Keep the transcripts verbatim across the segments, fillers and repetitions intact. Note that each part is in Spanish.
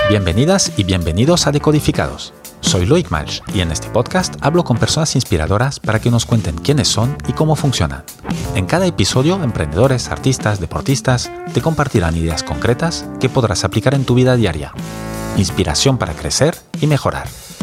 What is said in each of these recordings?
Bienvenidas y bienvenidos a Decodificados. Soy Loic Malch y en este podcast hablo con personas inspiradoras para que nos cuenten quiénes son y cómo funcionan. En cada episodio, emprendedores, artistas, deportistas te compartirán ideas concretas que podrás aplicar en tu vida diaria. Inspiración para crecer y mejorar.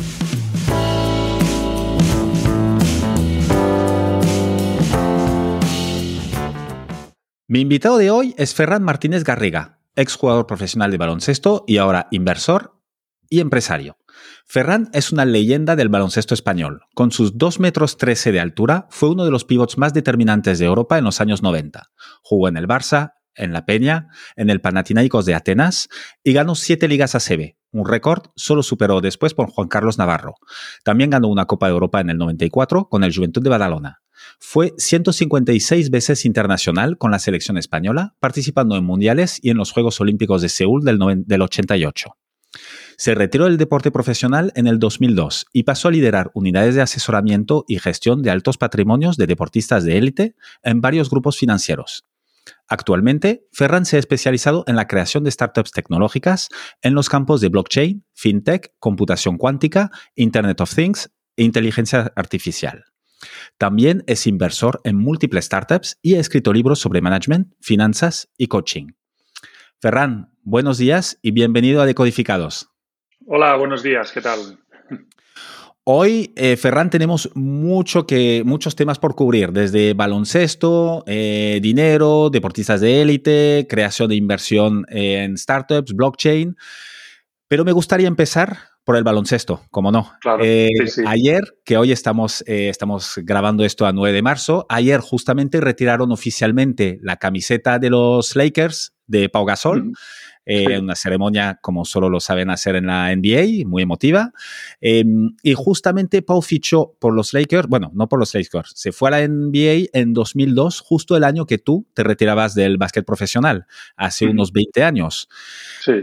Mi invitado de hoy es Ferran Martínez Garriga, exjugador profesional de baloncesto y ahora inversor y empresario. Ferran es una leyenda del baloncesto español. Con sus dos metros trece de altura, fue uno de los pivots más determinantes de Europa en los años noventa. Jugó en el Barça, en la Peña, en el Panathinaikos de Atenas y ganó siete ligas A C B. Un récord solo superó después por Juan Carlos Navarro. También ganó una Copa de Europa en el noventa y cuatro con el Juventud de Badalona. Fue ciento cincuenta y seis veces internacional con la selección española, participando en mundiales y en los Juegos Olímpicos de Seúl del, del ochenta y ocho. Se retiró del deporte profesional en el dos mil dos y pasó a liderar unidades de asesoramiento y gestión de altos patrimonios de deportistas de élite en varios grupos financieros. Actualmente, Ferran se ha especializado en la creación de startups tecnológicas en los campos de blockchain, fintech, computación cuántica, Internet of Things e inteligencia artificial. También es inversor en múltiples startups y ha escrito libros sobre management, finanzas y coaching. Ferran, buenos días y bienvenido a Decodificados. Hola, buenos días, ¿qué tal? Hoy, eh, Ferran, tenemos mucho que, muchos temas por cubrir, desde baloncesto, eh, dinero, deportistas de élite, creación de inversión en startups, blockchain. Pero me gustaría empezar por el baloncesto, como no. Claro, eh, sí, sí. Ayer, que hoy estamos, eh, estamos grabando esto a nueve de marzo, ayer justamente retiraron oficialmente la camiseta de los Lakers de Pau Gasol. Mm-hmm. Eh, sí. Una ceremonia como solo lo saben hacer en la N B A, muy emotiva. Eh, y justamente Pau fichó por los Lakers, bueno, no por los Lakers, se fue a la N B A en dos mil dos, justo el año que tú te retirabas del básquet profesional, hace mm-hmm. unos veinte años. Sí.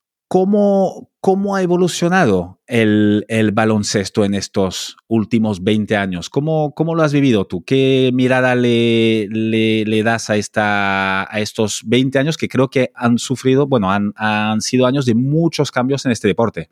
¿Cómo, cómo ha evolucionado el, el baloncesto en estos últimos veinte años? ¿Cómo, cómo lo has vivido tú? ¿Qué mirada le, le, le das a, esta, a estos veinte años que creo que han sufrido, bueno, han, han sido años de muchos cambios en este deporte?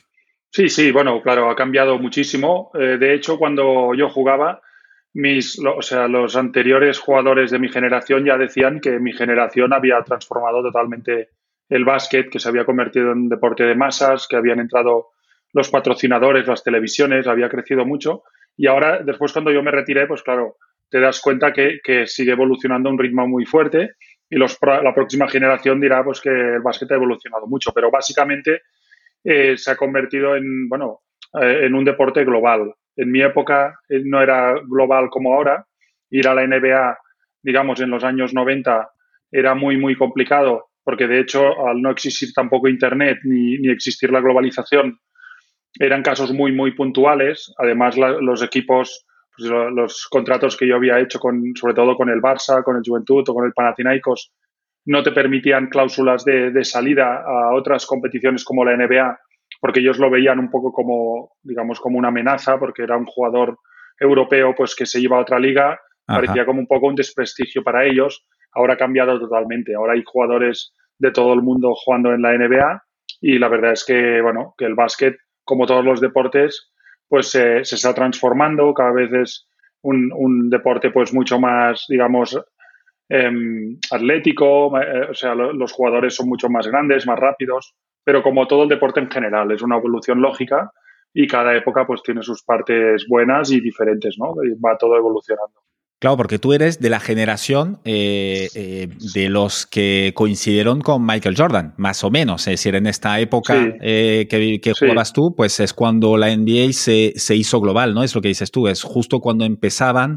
Sí, sí, bueno, claro, ha cambiado muchísimo. Eh, de hecho, cuando yo jugaba, mis, lo, o sea, los anteriores jugadores de mi generación ya decían que mi generación había transformado totalmente el básquet, que se había convertido en un deporte de masas, que habían entrado los patrocinadores, las televisiones, había crecido mucho. Y ahora, después cuando yo me retiré, pues claro, te das cuenta que, que sigue evolucionando a un ritmo muy fuerte y los, la próxima generación dirá pues que el básquet ha evolucionado mucho. Pero básicamente eh, se ha convertido en, bueno, eh, en un deporte global. En mi época eh, no era global como ahora. Ir a la N B A, digamos, en los años noventa era muy, muy complicado, porque de hecho, al no existir tampoco Internet ni, ni existir la globalización, eran casos muy, muy puntuales. Además, la, los equipos, pues, los contratos que yo había hecho, con, sobre todo con el Barça, con el Juventud o con el Panathinaikos, no te permitían cláusulas de, de salida a otras competiciones como la N B A, porque ellos lo veían un poco como, digamos, como una amenaza, porque era un jugador europeo pues que se iba a otra liga. Ajá. Parecía como un poco un desprestigio para ellos. Ahora ha cambiado totalmente. Ahora hay jugadores de todo el mundo jugando en la N B A y la verdad es que, bueno, que el básquet, como todos los deportes, pues eh, se está transformando. Cada vez es un, un deporte pues mucho más, digamos, eh, atlético. Eh, o sea, lo, los jugadores son mucho más grandes, más rápidos, pero como todo el deporte en general, es una evolución lógica y cada época pues tiene sus partes buenas y diferentes, ¿no? Y va todo evolucionando. Claro, porque tú eres de la generación eh, eh, de los que coincidieron con Michael Jordan, más o menos. Es decir, en esta época sí. eh, que, que jugabas sí. tú, pues es cuando la N B A se, se hizo global, ¿no? Es lo que dices tú. Es justo cuando empezaban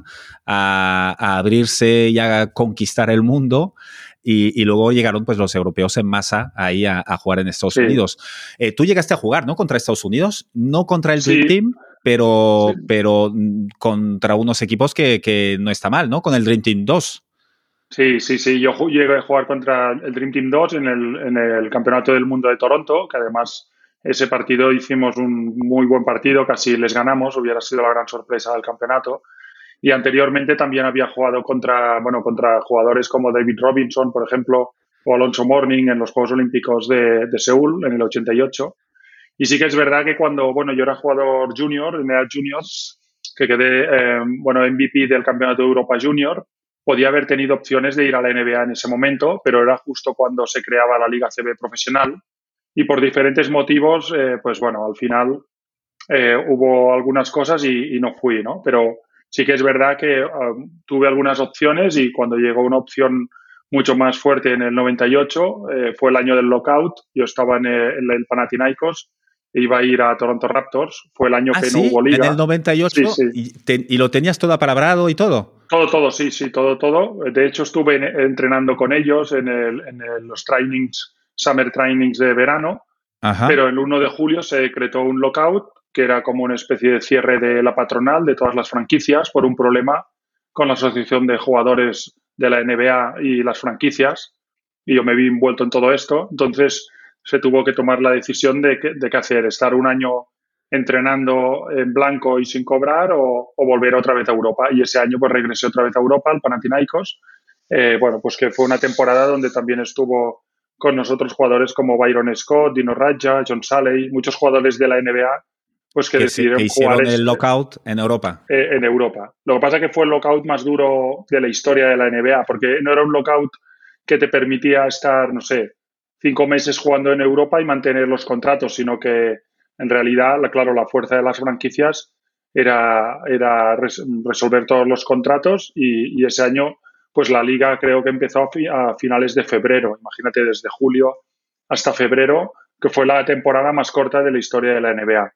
a, a abrirse y a conquistar el mundo. Y, y luego llegaron pues los europeos en masa ahí a, a jugar en Estados sí. Unidos. Eh, tú llegaste a jugar, ¿no? Contra Estados Unidos, no contra el Dream sí. Team, pero, sí. pero contra unos equipos que, que no está mal, ¿no? Con el Dream Team dos. Sí, sí, sí. Yo llegué a jugar contra el Dream Team dos en el, en el Campeonato del Mundo de Toronto, que además ese partido hicimos un muy buen partido, casi les ganamos, hubiera sido la gran sorpresa del campeonato. Y anteriormente también había jugado contra, bueno, contra jugadores como David Robinson, por ejemplo, o Alonso Mourning en los Juegos Olímpicos de, de Seúl en el ochenta y ocho. Y sí que es verdad que cuando, bueno, yo era jugador junior, en edad junior, que quedé, eh, bueno, M V P del Campeonato de Europa Junior, podía haber tenido opciones de ir a la N B A en ese momento, pero era justo cuando se creaba la Liga A C B profesional y por diferentes motivos, eh, pues bueno, al final eh, hubo algunas cosas y, y no fui, ¿no? Pero sí que es verdad que um, tuve algunas opciones y cuando llegó una opción mucho más fuerte en el noventa y ocho, eh, fue el año del lockout, yo estaba en el, en el Panathinaikos, iba a ir a Toronto Raptors, fue el año Ah, que no hubo sí, en el liga. noventa y Sí, ocho sí. y, te- y lo tenías todo apalabrado y todo. Todo, todo, sí, sí, todo, todo. De hecho, estuve en- entrenando con ellos en, el, en el- los trainings, summer trainings de verano, pero Ajá. el uno de julio se decretó un lockout, que era como una especie de cierre de la patronal de todas las franquicias por un problema con la Asociación de Jugadores de la N B A y las franquicias, y yo me vi envuelto en todo esto. Entonces, se tuvo que tomar la decisión de, que- de qué hacer, estar un año entrenando en blanco y sin cobrar o, o volver otra vez a Europa. Y ese año pues regresé otra vez a Europa, al Panathinaikos. Eh, bueno, pues que fue una temporada donde también estuvo con nosotros jugadores como Byron Scott, Dino Radja, John Salley, muchos jugadores de la N B A, pues que Que, se, que decidieron jugar hicieron el este, lockout en Europa. eh, en Europa. Lo que pasa es que fue el lockout más duro de la historia de la N B A, porque no era un lockout que te permitía estar, no sé, cinco meses jugando en Europa y mantener los contratos, sino que en realidad, claro, la fuerza de las franquicias era, era res, resolver todos los contratos y, y, ese año, pues la liga creo que empezó a, fi, a finales de febrero, imagínate, desde julio hasta febrero, que fue la temporada más corta de la historia de la N B A.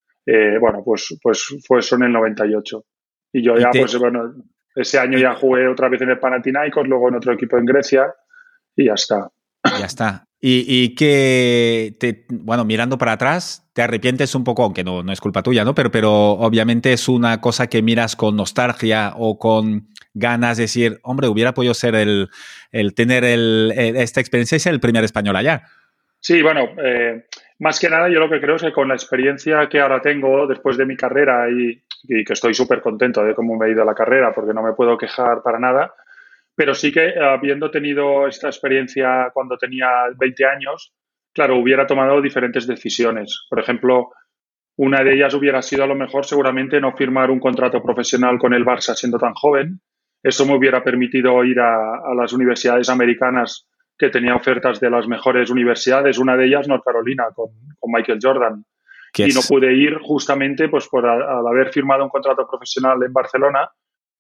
Eh, bueno, pues, pues fue eso en el noventa y ocho. Y yo Y ya, te, pues bueno, ese año ya y, jugué otra vez en el Panathinaikos, luego en otro equipo en Grecia y ya está. Ya está. Y, y que, te, bueno, mirando para atrás, te arrepientes un poco, aunque no, no es culpa tuya, ¿no? Pero, pero obviamente es una cosa que miras con nostalgia o con ganas de decir, hombre, hubiera podido ser el, el tener el, el, esta experiencia y ser el primer español allá. Sí, bueno, eh, más que nada yo lo que creo es que con la experiencia que ahora tengo después de mi carrera y, y que estoy súper contento de cómo me ha ido la carrera, porque no me puedo quejar para nada, pero sí que habiendo tenido esta experiencia cuando tenía veinte años, claro, hubiera tomado diferentes decisiones. Por ejemplo, una de ellas hubiera sido a lo mejor seguramente no firmar un contrato profesional con el Barça siendo tan joven. Eso me hubiera permitido ir a, a las universidades americanas que tenía ofertas de las mejores universidades, una de ellas North Carolina con, con Michael Jordan. Que Y no es, pude ir justamente pues por a, al haber firmado un contrato profesional en Barcelona.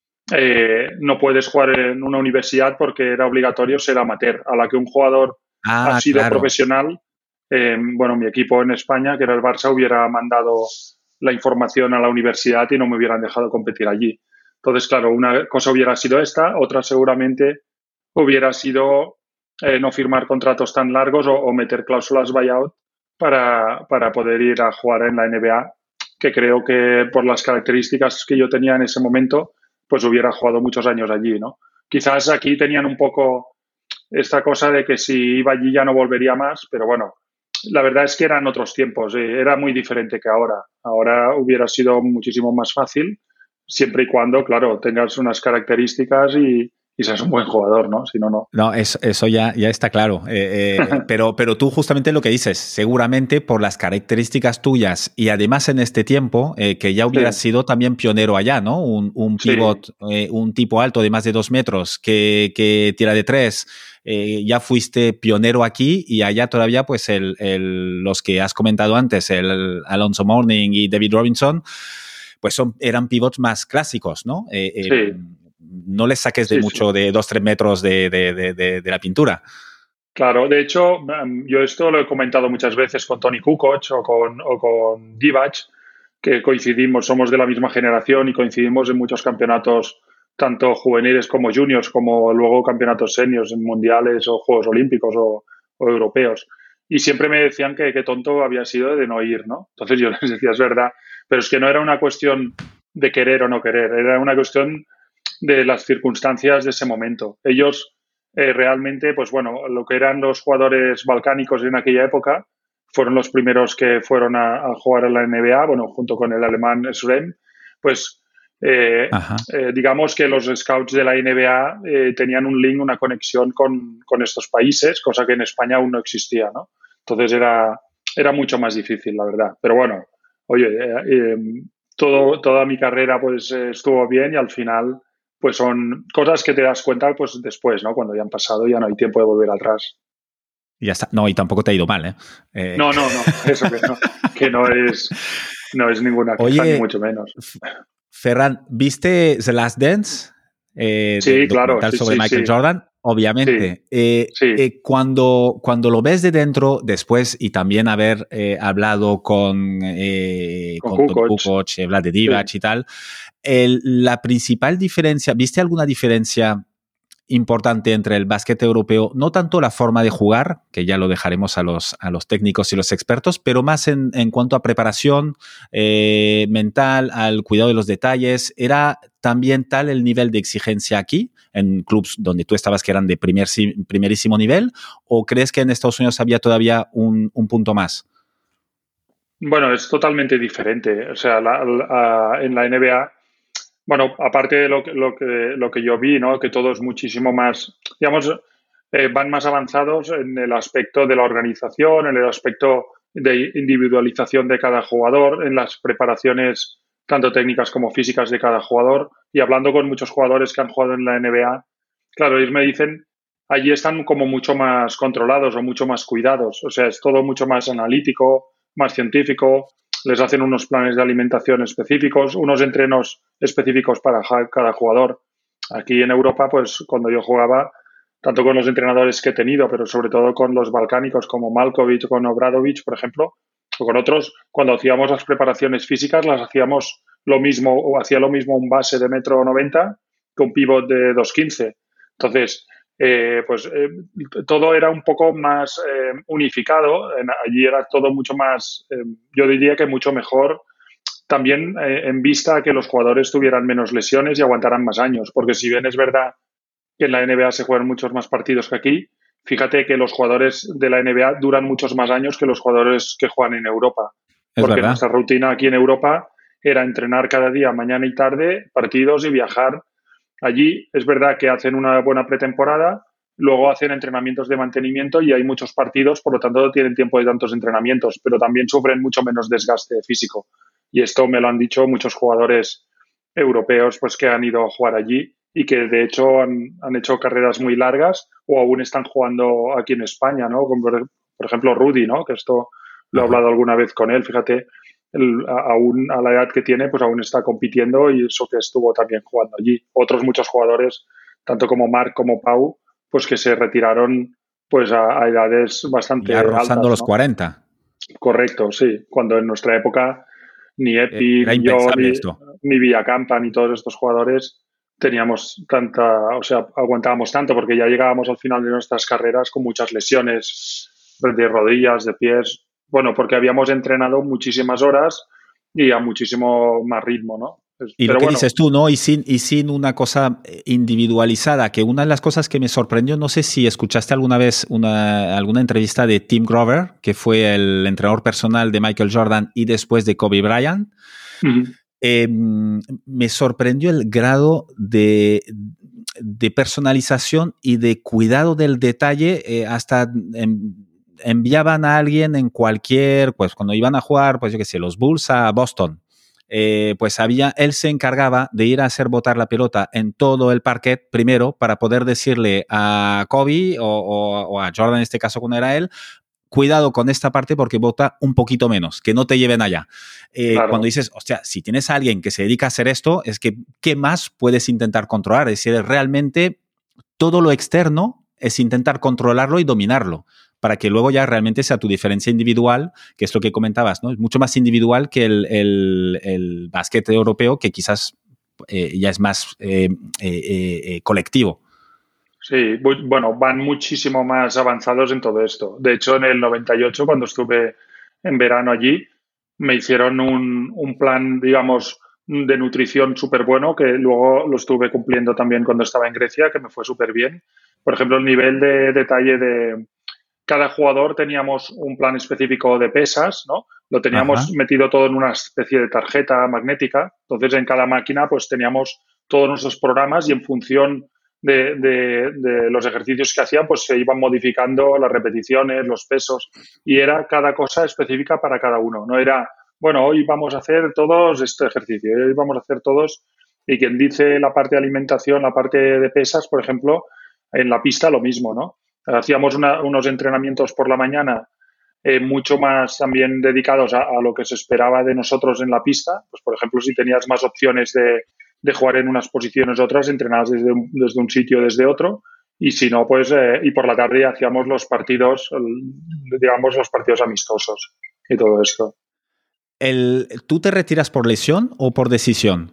Eh, no puedes jugar en una universidad porque era obligatorio ser amateur. A la que un jugador ha ah, sido claro. profesional, eh, bueno, mi equipo en España, que era el Barça, hubiera mandado la información a la universidad y no me hubieran dejado competir allí. Entonces, claro, una cosa hubiera sido esta, otra seguramente hubiera sido eh, no firmar contratos tan largos o, o meter cláusulas buyout para, para poder ir a jugar en la N B A, que creo que por las características que yo tenía en ese momento, pues hubiera jugado muchos años allí, ¿no? Quizás aquí tenían un poco esta cosa de que si iba allí ya no volvería más, pero bueno, la verdad es que eran otros tiempos, eh, era muy diferente que ahora. Ahora hubiera sido muchísimo más fácil, siempre y cuando, claro, tengas unas características y, y seas un buen jugador, ¿no? Si no, no. No, eso, eso ya, ya está claro. Eh, eh, pero, pero tú justamente lo que dices, seguramente por las características tuyas y además en este tiempo, eh, que ya Sí, hubieras sido también pionero allá, ¿no? Un, un sí, pivot, eh, un tipo alto de más de dos metros que, que tira de tres. Eh, ya fuiste pionero aquí y allá todavía, pues el, el, los que has comentado antes, el Alonso Mourning y David Robinson, pues son, eran pivots más clásicos, ¿no? Eh, eh, sí, no les saques de sí, sí. mucho de dos, tres metros de, de, de, de, de la pintura. Claro, de hecho, yo esto lo he comentado muchas veces con Tony Kukoc o con, o con Divac, que coincidimos, somos de la misma generación y coincidimos en muchos campeonatos, tanto juveniles como juniors, como luego campeonatos seniors en mundiales o Juegos Olímpicos o, o europeos. Y siempre me decían que qué tonto había sido de no ir, ¿no? Entonces yo les decía, es verdad, pero es que no era una cuestión de querer o no querer, era una cuestión de las circunstancias de ese momento. Ellos eh, realmente, pues bueno, lo que eran los jugadores balcánicos en aquella época fueron los primeros que fueron a, a jugar en la N B A, bueno, junto con el alemán Srem, pues eh, eh, digamos que los scouts de la N B A eh, tenían un link, una conexión con, con estos países, cosa que en España aún no existía, ¿no? Entonces era, era mucho más difícil, la verdad. Pero bueno, oye, eh, eh, todo, toda mi carrera pues eh, estuvo bien y al final pues son cosas que te das cuenta pues después, ¿no? Cuando ya han pasado, ya no hay tiempo de volver atrás. Ya está. No, y tampoco te ha ido mal, ¿eh? eh... No, no, no, eso que no, que no es, no es ninguna queja, Oye, ni mucho menos. Ferran, ¿viste The Last Dance? Eh, sí, del claro, documental sí, sobre sí, Michael sí. Jordan, obviamente. Sí, eh, sí. eh, cuando, cuando lo ves de dentro, después, y también haber eh, hablado con, eh, Con con Tony Kukoc. Kukoc, eh, Vlade Divac Sí. y tal, el, la principal diferencia, ¿viste alguna diferencia importante entre el básquet europeo? No tanto la forma de jugar, que ya lo dejaremos a los, a los técnicos y los expertos, pero más en, en cuanto a preparación eh, mental, al cuidado de los detalles. ¿Era también tal el nivel de exigencia aquí, en clubs donde tú estabas que eran de primer, primerísimo nivel, o crees que en Estados Unidos había todavía un, un punto más? Bueno, es totalmente diferente. O sea, la, la, en la N B A, bueno, aparte de lo que, lo que, lo que yo vi, ¿no? Que todo es muchísimo más, digamos, eh, van más avanzados en el aspecto de la organización, en el aspecto de individualización de cada jugador, en las preparaciones tanto técnicas como físicas de cada jugador. Y hablando con muchos jugadores que han jugado en la N B A, claro, ellos me dicen, allí están como mucho más controlados o mucho más cuidados. O sea, es todo mucho más analítico, más científico, les hacen unos planes de alimentación específicos, unos entrenos específicos para cada jugador. Aquí en Europa, pues cuando yo jugaba, tanto con los entrenadores que he tenido, pero sobre todo con los balcánicos como Malkovich o con Obradovic, por ejemplo, o con otros, cuando hacíamos las preparaciones físicas, las hacíamos lo mismo, o hacía lo mismo un base de metro noventa que un pivot de dos quince. Entonces, eh, pues eh, todo era un poco más eh, unificado. En, allí era todo mucho más, eh, yo diría que mucho mejor, también eh, en vista a que los jugadores tuvieran menos lesiones y aguantaran más años. Porque si bien es verdad que en la N B A se juegan muchos más partidos que aquí, fíjate que los jugadores de la N B A duran muchos más años que los jugadores que juegan en Europa. Es Porque verdad. nuestra rutina aquí en Europa era entrenar cada día, mañana y tarde, partidos y viajar. Allí es verdad que hacen una buena pretemporada, luego hacen entrenamientos de mantenimiento y hay muchos partidos, por lo tanto no tienen tiempo de tantos entrenamientos, pero también sufren mucho menos desgaste físico. Y esto me lo han dicho muchos jugadores europeos pues, que han ido a jugar allí y que de hecho han, han hecho carreras muy largas o aún están jugando aquí en España, ¿no? Como por, por ejemplo Rudy, ¿no? Que esto lo he Ajá. hablado alguna vez con él, fíjate, el, aún a la edad que tiene, pues aún está compitiendo y eso que estuvo también jugando allí. Otros muchos jugadores, tanto como Marc como Pau, pues que se retiraron pues a, a edades bastante Ya rozando altas, los ¿no? cuarenta. Correcto, sí. Cuando en nuestra época ni Epi, Era ni yo, impensable ni, esto. ni Villacampa, ni todos estos jugadores teníamos tanta, o sea, aguantábamos tanto porque ya llegábamos al final de nuestras carreras con muchas lesiones de rodillas, de pies, bueno, porque habíamos entrenado muchísimas horas y a muchísimo más ritmo, ¿no? Y lo Pero que bueno. dices tú, ¿no? Y sin, y sin una cosa individualizada, que una de las cosas que me sorprendió, no sé si escuchaste alguna vez una, alguna entrevista de Tim Grover, que fue el entrenador personal de Michael Jordan y después de Kobe Bryant. Uh-huh. Eh, me sorprendió el grado de, de personalización y de cuidado del detalle, eh, hasta en, enviaban a alguien en cualquier, pues cuando iban a jugar, pues yo qué sé, los Bulls a Boston. Eh, pues había, él se encargaba de ir a hacer botar la pelota en todo el parquet primero para poder decirle a Kobe o, o, o a Jordan en este caso cuando era él, cuidado con esta parte porque bota un poquito menos, que no te lleven allá. Eh, Claro. Cuando dices, hostia, si tienes a alguien que se dedica a hacer esto, es que ¿qué más puedes intentar controlar? Es decir, realmente todo lo externo es intentar controlarlo y dominarlo, para que luego ya realmente sea tu diferencia individual, que es lo que comentabas, ¿no? Es mucho más individual que el, el, el básquet europeo, que quizás eh, ya es más eh, eh, eh, colectivo. Sí, bueno, van muchísimo más avanzados en todo esto. De hecho, en el noventa y ocho, cuando estuve en verano allí, me hicieron un, un plan, digamos, de nutrición súper bueno, que luego lo estuve cumpliendo también cuando estaba en Grecia, que me fue súper bien. Por ejemplo, el nivel de detalle de, cada jugador teníamos un plan específico de pesas, ¿no? Lo teníamos Ajá. metido todo en una especie de tarjeta magnética. Entonces, en cada máquina, pues teníamos todos nuestros programas y en función de, de, de los ejercicios que hacían, pues se iban modificando las repeticiones, los pesos, y era cada cosa específica para cada uno. No era, bueno, hoy vamos a hacer todos este ejercicio, hoy vamos a hacer todos, y quien dice la parte de alimentación, la parte de pesas, por ejemplo, en la pista lo mismo, ¿no? Hacíamos una, unos entrenamientos por la mañana eh, mucho más también dedicados a, a lo que se esperaba de nosotros en la pista. Pues, por ejemplo, si tenías más opciones de, de jugar en unas posiciones u otras, entrenabas desde un, desde un sitio o desde otro. Y si no, pues, eh, y por la tarde hacíamos los partidos, digamos, los partidos amistosos y todo esto. El, ¿Tú te retiras por lesión o por decisión?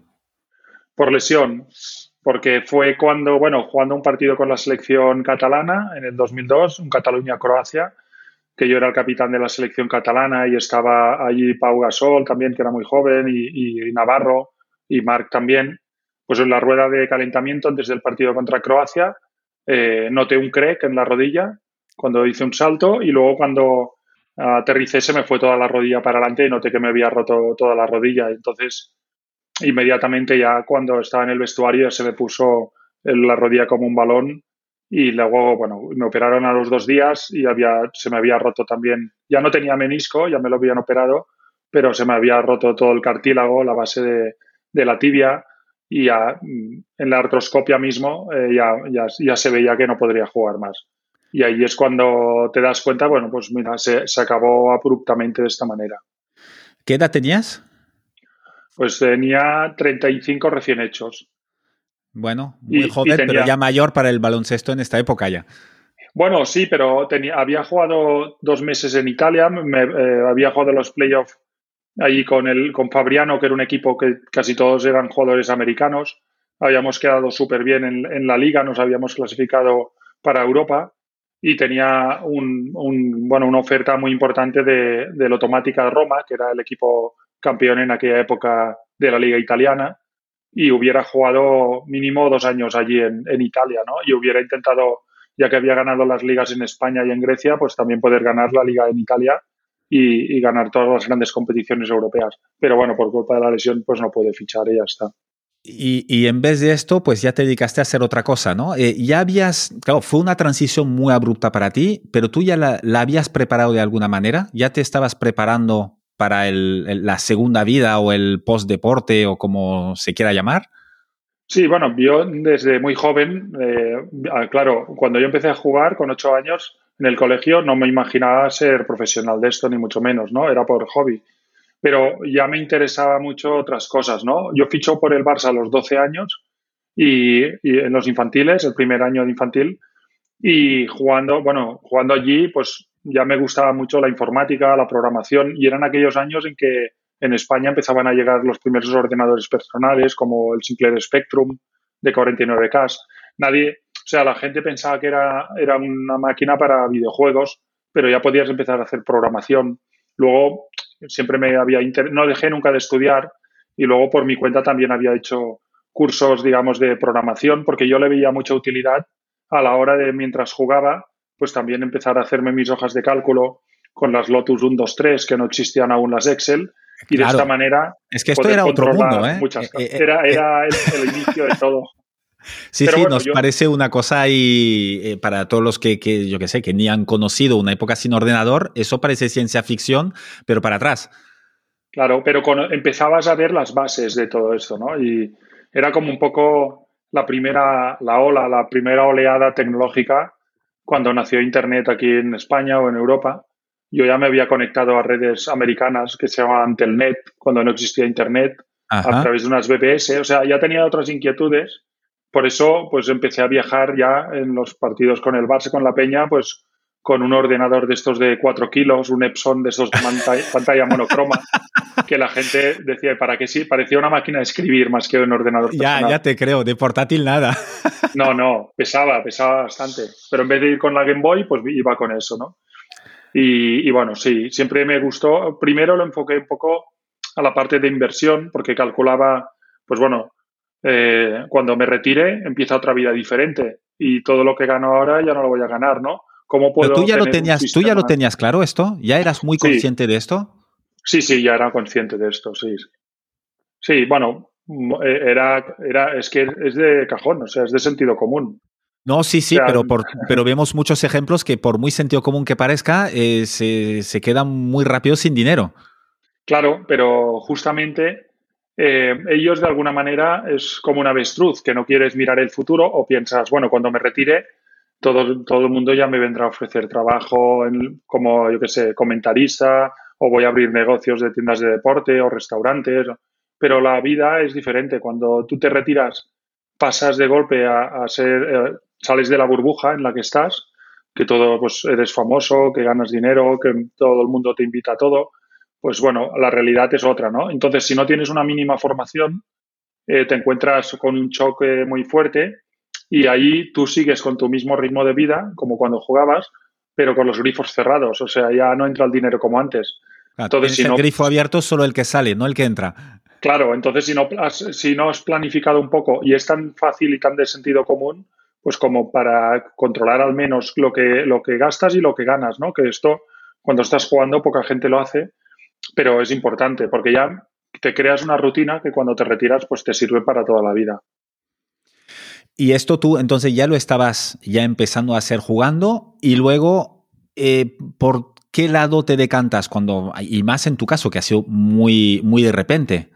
Por lesión, porque fue cuando, bueno, jugando un partido con la selección catalana en el dos mil dos, un Cataluña-Croacia, que yo era el capitán de la selección catalana y estaba allí Pau Gasol también, que era muy joven, y, y Navarro y Marc también. Pues en la rueda de calentamiento antes del partido contra Croacia eh, noté un crack en la rodilla cuando hice un salto y luego cuando aterricé se me fue toda la rodilla para adelante y noté que me había roto toda la rodilla. Entonces, inmediatamente ya cuando estaba en el vestuario se me puso la rodilla como un balón y luego, bueno, me operaron a los dos días y había, se me había roto también, ya no tenía menisco, ya me lo habían operado, pero se me había roto todo el cartílago, la base de, de la tibia y ya en la artroscopia mismo eh, ya, ya, ya se veía que no podría jugar más. Y ahí es cuando te das cuenta, bueno, pues mira, se, se acabó abruptamente de esta manera. ¿Qué edad tenías? Pues tenía treinta y cinco recién hechos. Bueno, muy Y, y joven, pero tenía, ya mayor para el baloncesto en esta época ya. bueno, sí, pero tenía, había jugado dos meses en Italia, me, eh, había jugado los playoffs allí con, el, con Fabriano, que era un equipo que casi todos eran jugadores americanos. Habíamos quedado súper bien en, en la liga, nos habíamos clasificado para Europa y tenía un, un, bueno, una oferta muy importante de, del Automática Roma, que era el equipo campeón en aquella época de la liga italiana, y hubiera jugado mínimo dos años allí en, en Italia, ¿no? Y hubiera intentado, ya que había ganado las ligas en España y en Grecia, pues también poder ganar la liga en Italia y, y ganar todas las grandes competiciones europeas. Pero bueno, por culpa de la lesión, pues no puede fichar y ya está. Y, y en vez de esto, pues ya te dedicaste a hacer otra cosa, ¿no? Eh, ya habías, claro, fue una transición muy abrupta para ti, pero tú ya la, la habías preparado de alguna manera, ya te estabas preparando para el, el, la segunda vida o el post-deporte o como se quiera llamar. Sí, bueno, yo desde muy joven, eh, claro, cuando yo empecé a jugar con ocho años en el colegio, no me imaginaba ser profesional de esto, ni mucho menos, ¿no? Era por hobby. Pero ya me interesaba mucho otras cosas, ¿no? Yo ficho por el Barça a los doce años y, y en los infantiles, el primer año de infantil, y jugando, bueno, jugando allí, pues ya me gustaba mucho la informática, la programación, y eran aquellos años en que en España empezaban a llegar los primeros ordenadores personales, como el Sinclair Spectrum de cuarenta y nueve K. Nadie, o sea, la gente pensaba que era, era una máquina para videojuegos, pero ya podías empezar a hacer programación. Luego, siempre me había inter... no dejé nunca de estudiar y luego por mi cuenta también había hecho cursos, digamos, de programación, porque yo le veía mucha utilidad a la hora de, mientras jugaba, pues también empezar a hacerme mis hojas de cálculo con las Lotus uno, dos, tres, que no existían aún las Excel, y de Claro, esta manera es que esto poder era otro controlar mundo, ¿eh? muchas eh, cosas. eh, Era, eh, era el, el inicio de todo. Sí, Pero sí, bueno, nos yo... parece una cosa ahí, eh, para todos los que, que, yo que sé, que ni han conocido una época sin ordenador, eso parece ciencia ficción, pero para atrás. Claro, pero con, empezabas a ver las bases de todo esto, ¿no? Y era como un poco la primera, la ola, la primera oleada tecnológica cuando nació Internet aquí en España o en Europa. Yo ya me había conectado a redes americanas que se llamaban Telnet, cuando no existía Internet, a Ajá. través de unas B B S. O sea, ya tenía otras inquietudes. Por eso, pues empecé a viajar ya en los partidos con el Barça, con la Peña, pues con un ordenador de estos de cuatro kilos, un Epson de esos de pantalla, pantalla monocroma, que la gente decía, ¿para qué sí? Parecía una máquina de escribir más que un ordenador Ya, personal. ya te creo, de portátil nada. No, no, pesaba, pesaba bastante. Pero en vez de ir con la Game Boy, pues iba con eso, ¿no? Y, y bueno, sí, siempre me gustó. Primero lo enfoqué un poco a la parte de inversión, porque calculaba, pues bueno, eh, cuando me retire empieza otra vida diferente y todo lo que gano ahora ya no lo voy a ganar, ¿no? ¿Cómo Pero tú puedo ya lo tener un tenías, tú ya lo sistema? tenías claro esto, ¿ya eras muy Sí, consciente de esto? sí, sí, ya era consciente de esto, sí. Sí, bueno, mm, eh, era, era, es que es de cajón, o sea, es de sentido común. No, sí, O sí, sea, pero, por, pero vemos muchos ejemplos que por muy sentido común que parezca, eh, se, se quedan muy rápido sin dinero. claro, pero justamente eh, ellos de alguna manera es como un avestruz, que no quieres mirar el futuro o piensas, bueno, cuando me retire, todo, todo el mundo ya me vendrá a ofrecer trabajo en- como, yo qué sé, comentarista o voy a abrir negocios de tiendas de deporte o restaurantes. Pero la vida es diferente. Cuando tú te retiras, pasas de golpe a, a ser, eh, sales de la burbuja en la que estás, que todo, pues eres famoso, que ganas dinero, que todo el mundo te invita a todo, pues bueno, la realidad es otra, ¿no? Entonces, si no tienes una mínima formación, eh, te encuentras con un choque muy fuerte y ahí tú sigues con tu mismo ritmo de vida, como cuando jugabas, pero con los grifos cerrados, o sea, ya no entra el dinero como antes. Ah, Entonces, tienes si el no, grifo abierto solo el que sale, no el que entra. claro, entonces si no, has, si no has planificado un poco y es tan fácil y tan de sentido común, pues como para controlar al menos lo que, lo que gastas y lo que ganas, ¿no? Que esto, cuando estás jugando, poca gente lo hace, pero es importante porque ya te creas una rutina que cuando te retiras, pues te sirve para toda la vida. Y esto tú entonces ya lo estabas ya empezando a hacer jugando y luego, eh, ¿por qué lado te decantas cuando, y más en tu caso, que ha sido muy, muy de repente?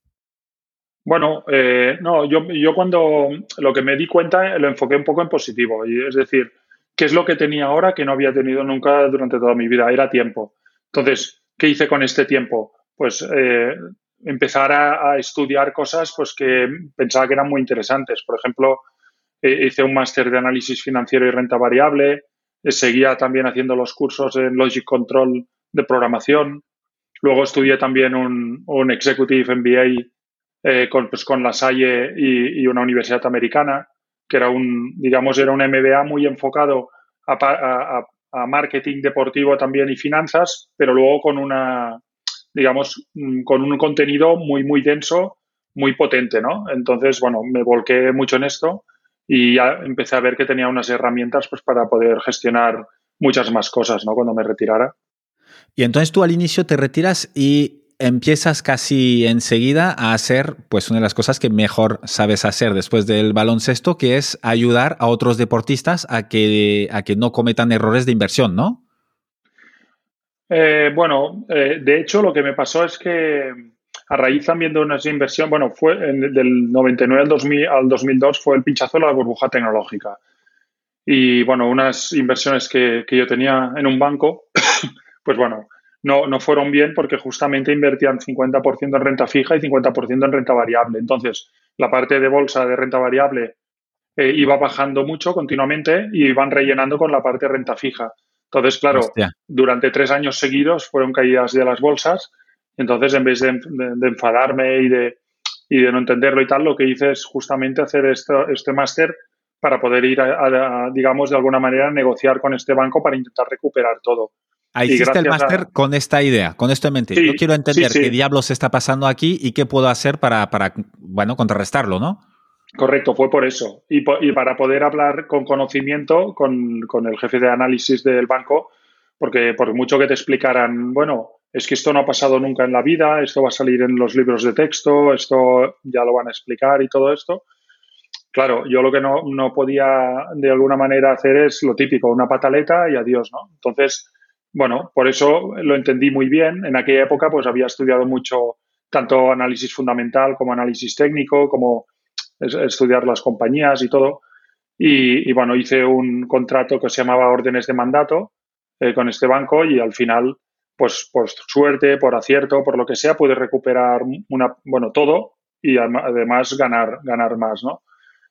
Bueno, eh, no, yo, yo cuando lo que me di cuenta lo enfoqué un poco en positivo, y es decir, ¿qué es lo que tenía ahora que no había tenido nunca durante toda mi vida? Era tiempo. Entonces, ¿qué hice con este tiempo? Pues eh, empezar a, a estudiar cosas pues, que pensaba que eran muy interesantes. Por ejemplo, eh, hice un máster de análisis financiero y renta variable, eh, seguía también haciendo los cursos en Logic Control de programación, luego estudié también un, un Executive M B A eh, con, pues, con La Salle y, y, una universidad americana, que era un, digamos, era un M B A muy enfocado a, a, a marketing deportivo también y finanzas, pero luego con una, digamos, con un contenido muy, muy denso, muy potente, ¿no? Entonces, bueno, me volqué mucho en esto y ya empecé a ver que tenía unas herramientas pues para poder gestionar muchas más cosas, ¿no? Cuando me retirara. Y entonces tú al inicio te retiras y empiezas casi enseguida a hacer pues una de las cosas que mejor sabes hacer después del baloncesto, que es ayudar a otros deportistas a que, a que no cometan errores de inversión, ¿no? Eh, bueno, eh, de hecho lo que me pasó es que a raíz también de una inversión, bueno, fue en, del noventa y nueve al dos mil, al dos mil dos fue el pinchazo de la burbuja tecnológica. Y bueno, unas inversiones que, que yo tenía en un banco, pues bueno, no, no fueron bien porque justamente invertían cincuenta por ciento en renta fija y cincuenta por ciento en renta variable. Entonces, la parte de bolsa de renta variable eh, iba bajando mucho continuamente y iban rellenando con la parte de renta fija. Entonces, claro, Hostia. durante tres años seguidos fueron caídas de las bolsas. Entonces, en vez de, de, de enfadarme y de, y de no entenderlo y tal, lo que hice es justamente hacer esto, este máster para poder ir a, a, a, digamos, de alguna manera negociar con este banco para intentar recuperar todo. Ah, Y hiciste el gracias a... máster con esta idea, con esto en mente. Yo Sí, quiero sí, entender qué sí, diablos está pasando aquí y qué puedo hacer para, para bueno, contrarrestarlo, ¿no? correcto, fue por eso. Y, po y para poder hablar con conocimiento con, con, el jefe de análisis del banco, porque por mucho que te explicaran, bueno, es que esto no ha pasado nunca en la vida, esto va a salir en los libros de texto, esto ya lo van a explicar y todo esto. Claro, yo lo que no, no podía de alguna manera hacer es lo típico, una pataleta y adiós, ¿no? Entonces, bueno, por eso lo entendí muy bien. En aquella época pues había estudiado mucho tanto análisis fundamental como análisis técnico, como estudiar las compañías y todo. Y, y bueno, hice un contrato que se llamaba órdenes de mandato eh, con este banco y al final, pues por suerte, por acierto, por lo que sea, pude recuperar una, bueno, todo y además ganar, ganar más, ¿no?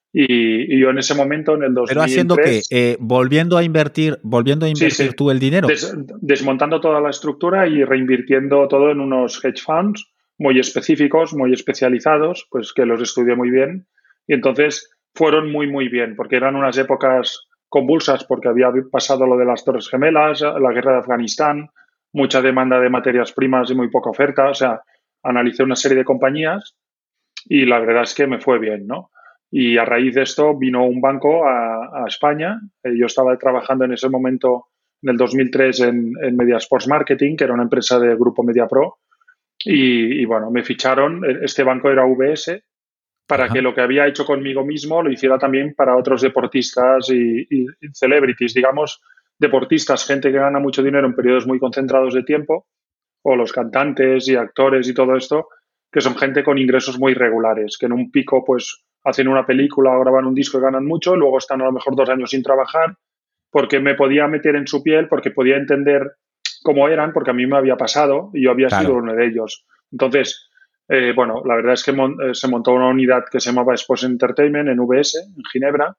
Y, y yo en ese momento, en el Pero haciendo que, dos mil tres, eh, volviendo a invertir, volviendo a sí, sí, invertir tú el dinero. des, desmontando toda la estructura y reinvirtiendo todo en unos hedge funds muy específicos, muy especializados, pues que los estudié muy bien. Y entonces fueron muy, muy bien, porque eran unas épocas convulsas, porque había pasado lo de las Torres Gemelas, la guerra de Afganistán, mucha demanda de materias primas y muy poca oferta. O sea, analicé una serie de compañías y la verdad es que me fue bien, ¿no? Y a raíz de esto vino un banco a, a España. Eh, yo estaba trabajando en ese momento, en el dos mil tres, en, en Media Sports Marketing, que era una empresa del grupo MediaPro. Y, y bueno, me ficharon. Este banco era U B S para que Ajá. lo que había hecho conmigo mismo lo hiciera también para otros deportistas y, y, y celebrities, digamos, deportistas, gente que gana mucho dinero en periodos muy concentrados de tiempo, o los cantantes y actores y todo esto, que son gente con ingresos muy regulares, que en un pico pues hacen una película o graban un disco y ganan mucho, luego están a lo mejor dos años sin trabajar, porque me podía meter en su piel, porque podía entender cómo eran, porque a mí me había pasado y yo había sido Claro. uno de ellos. Entonces, eh, bueno, la verdad es que mon eh, se montó una unidad que se llamaba Sports Entertainment en V S, en Ginebra,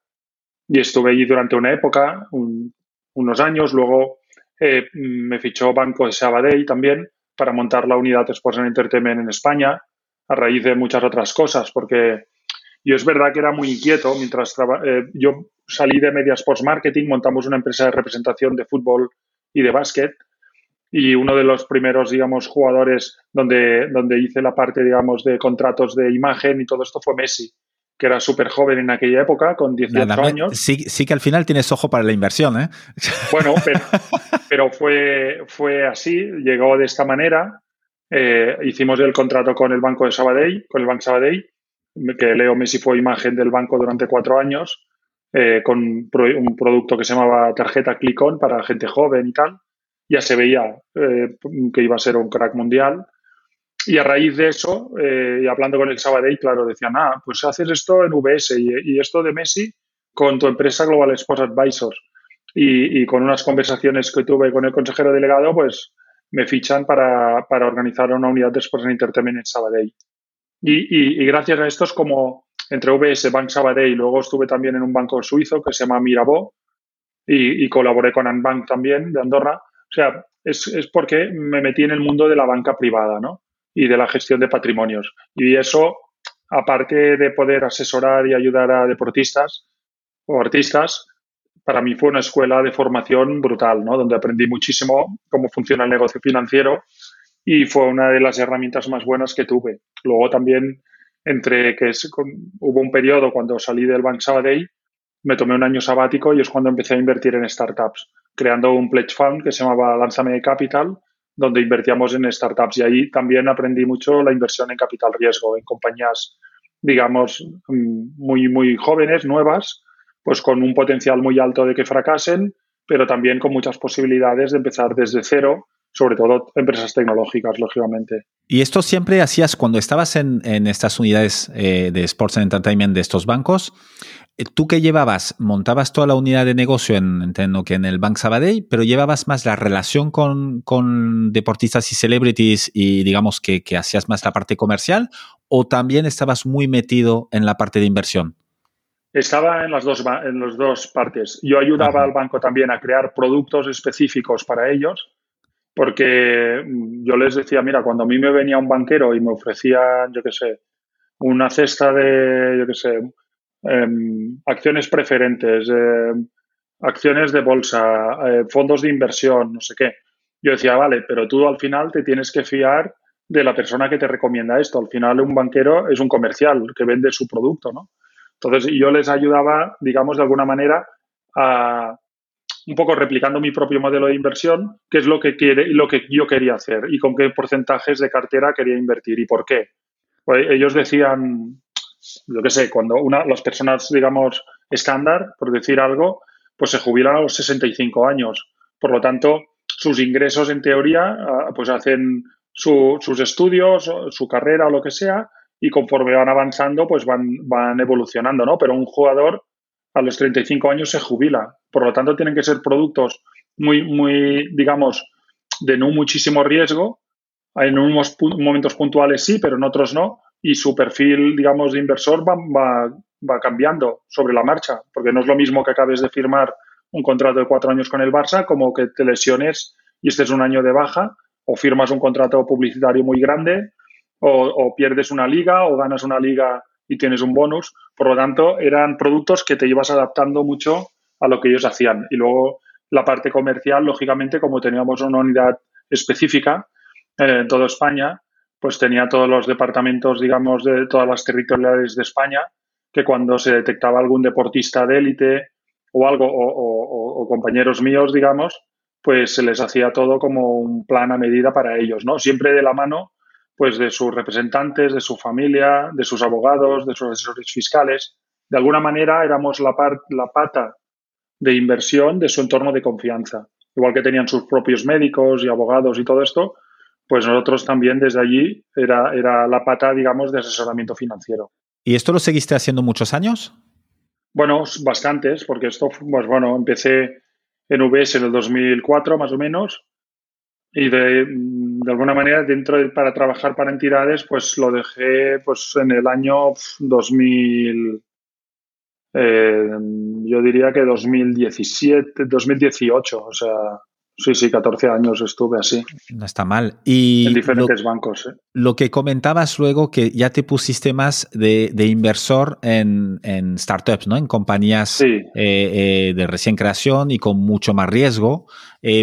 y estuve allí durante una época, un, unos años. Luego eh, me fichó Banco de Sabadell también para montar la unidad de Sports and Entertainment en España, a raíz de muchas otras cosas, porque yo es verdad que era muy inquieto mientras eh, yo salí de Media Sports Marketing, montamos una empresa de representación de fútbol y de básquet, y uno de los primeros, digamos, jugadores donde, donde hice la parte, digamos, de contratos de imagen y todo esto fue Messi, que era súper joven en aquella época, con Nada, dieciocho me- años. sí, sí que al final tienes ojo para la inversión, ¿eh? Bueno, pero, pero fue, fue así, llegó de esta manera. Eh, hicimos el contrato con el Banco de Sabadell, con el Banco Sabadell, que Leo Messi fue imagen del banco durante cuatro años, eh, con un producto que se llamaba tarjeta Click-On para gente joven y tal. Ya se veía eh, que iba a ser un crack mundial. Y a raíz de eso, eh, y hablando con el Sabadell, claro, decían, ah, pues haces esto en V S y, y esto de Messi con tu empresa Global Sports Advisors. Y, y, con unas conversaciones que tuve con el consejero delegado, pues me fichan para, para organizar una unidad de Sports and Entertainment en Sabadell. Y, y, y gracias a esto es como entre V S, Bank Sabadell, luego estuve también en un banco suizo que se llama Mirabeau y, y colaboré con Anbank también de Andorra. O sea, es, es porque me metí en el mundo de la banca privada, ¿no? Y de la gestión de patrimonios. Y eso, aparte de poder asesorar y ayudar a deportistas o artistas, para mí fue una escuela de formación brutal, ¿no? Donde aprendí muchísimo cómo funciona el negocio financiero y fue una de las herramientas más buenas que tuve. Luego también, entre que es, con, hubo un periodo cuando salí del Bank Sabadell, me tomé un año sabático y es cuando empecé a invertir en startups, creando un pledge fund que se llamaba Lánzame Capital, donde invertíamos en startups. Y ahí también aprendí mucho la inversión en capital riesgo, en compañías, digamos, muy, muy jóvenes, nuevas, pues con un potencial muy alto de que fracasen, pero también con muchas posibilidades de empezar desde cero, sobre todo empresas tecnológicas, lógicamente. ¿Y esto siempre hacías cuando estabas en, en estas unidades eh, de Sports and Entertainment de estos bancos? ¿Tú qué llevabas? ¿Montabas toda la unidad de negocio en, entiendo que en el Bank Sabadell, pero llevabas más la relación con, con deportistas y celebrities y digamos que, que hacías más la parte comercial? ¿O también estabas muy metido en la parte de inversión? Estaba en las dos, en las dos partes. Yo ayudaba Ajá. al banco también a crear productos específicos para ellos, porque yo les decía, mira, cuando a mí me venía un banquero y me ofrecía, yo qué sé, una cesta de, yo qué sé, eh, acciones preferentes, eh, acciones de bolsa, eh, fondos de inversión, no sé qué. Yo decía, vale, pero tú al final te tienes que fiar de la persona que te recomienda esto. Al final un banquero es un comercial que vende su producto, ¿no? Entonces yo les ayudaba, digamos, de alguna manera a un poco replicando mi propio modelo de inversión, qué es lo que quiere, lo que yo quería hacer y con qué porcentajes de cartera quería invertir y por qué. Pues ellos decían, yo qué sé, cuando una, las personas, digamos, estándar, por decir algo, pues se jubilan a los sesenta y cinco años. Por lo tanto, sus ingresos, en teoría, pues hacen su, sus estudios, su carrera o lo que sea, y conforme van avanzando, pues van, van evolucionando, ¿no? Pero un jugador a los treinta y cinco años se jubila. Por lo tanto, tienen que ser productos muy, muy, digamos, de no muchísimo riesgo. En unos momentos puntuales sí, pero en otros no. Y su perfil, digamos, de inversor va, va, va cambiando sobre la marcha, porque no es lo mismo que acabes de firmar un contrato de cuatro años con el Barça como que te lesiones y estés un año de baja, o firmas un contrato publicitario muy grande, o, o pierdes una liga, o ganas una liga y tienes un bonus. Por lo tanto, eran productos que te ibas adaptando mucho a lo que ellos hacían. Y luego la parte comercial, lógicamente, como teníamos una unidad específica eh, en toda España, pues tenía todos los departamentos, digamos, de todas las territoriales de España, que cuando se detectaba algún deportista de élite o algo, o, o, o compañeros míos, digamos, pues se les hacía todo como un plan a medida para ellos, ¿no? Siempre de la mano, pues de sus representantes, de su familia, de sus abogados, de sus asesores fiscales. De alguna manera éramos la, par, la pata de inversión de su entorno de confianza. Igual que tenían sus propios médicos y abogados y todo esto, pues nosotros también desde allí era, era la pata, digamos, de asesoramiento financiero. ¿Y esto lo seguiste haciendo muchos años? Bueno, bastantes, porque esto, pues bueno, empecé en U B S en el dos mil cuatro más o menos y de, de alguna manera dentro de, para trabajar para entidades, pues lo dejé pues en el año dos mil, eh, yo diría que dos mil diecisiete, dos mil dieciocho, o sea, sí, sí, catorce años estuve así. No está mal. En Y diferentes lo, bancos. ¿eh? lo que comentabas luego, que ya te pusiste más de, de inversor en, en startups, ¿no? En compañías Sí. eh, eh, de recién creación y con mucho más riesgo. Eh,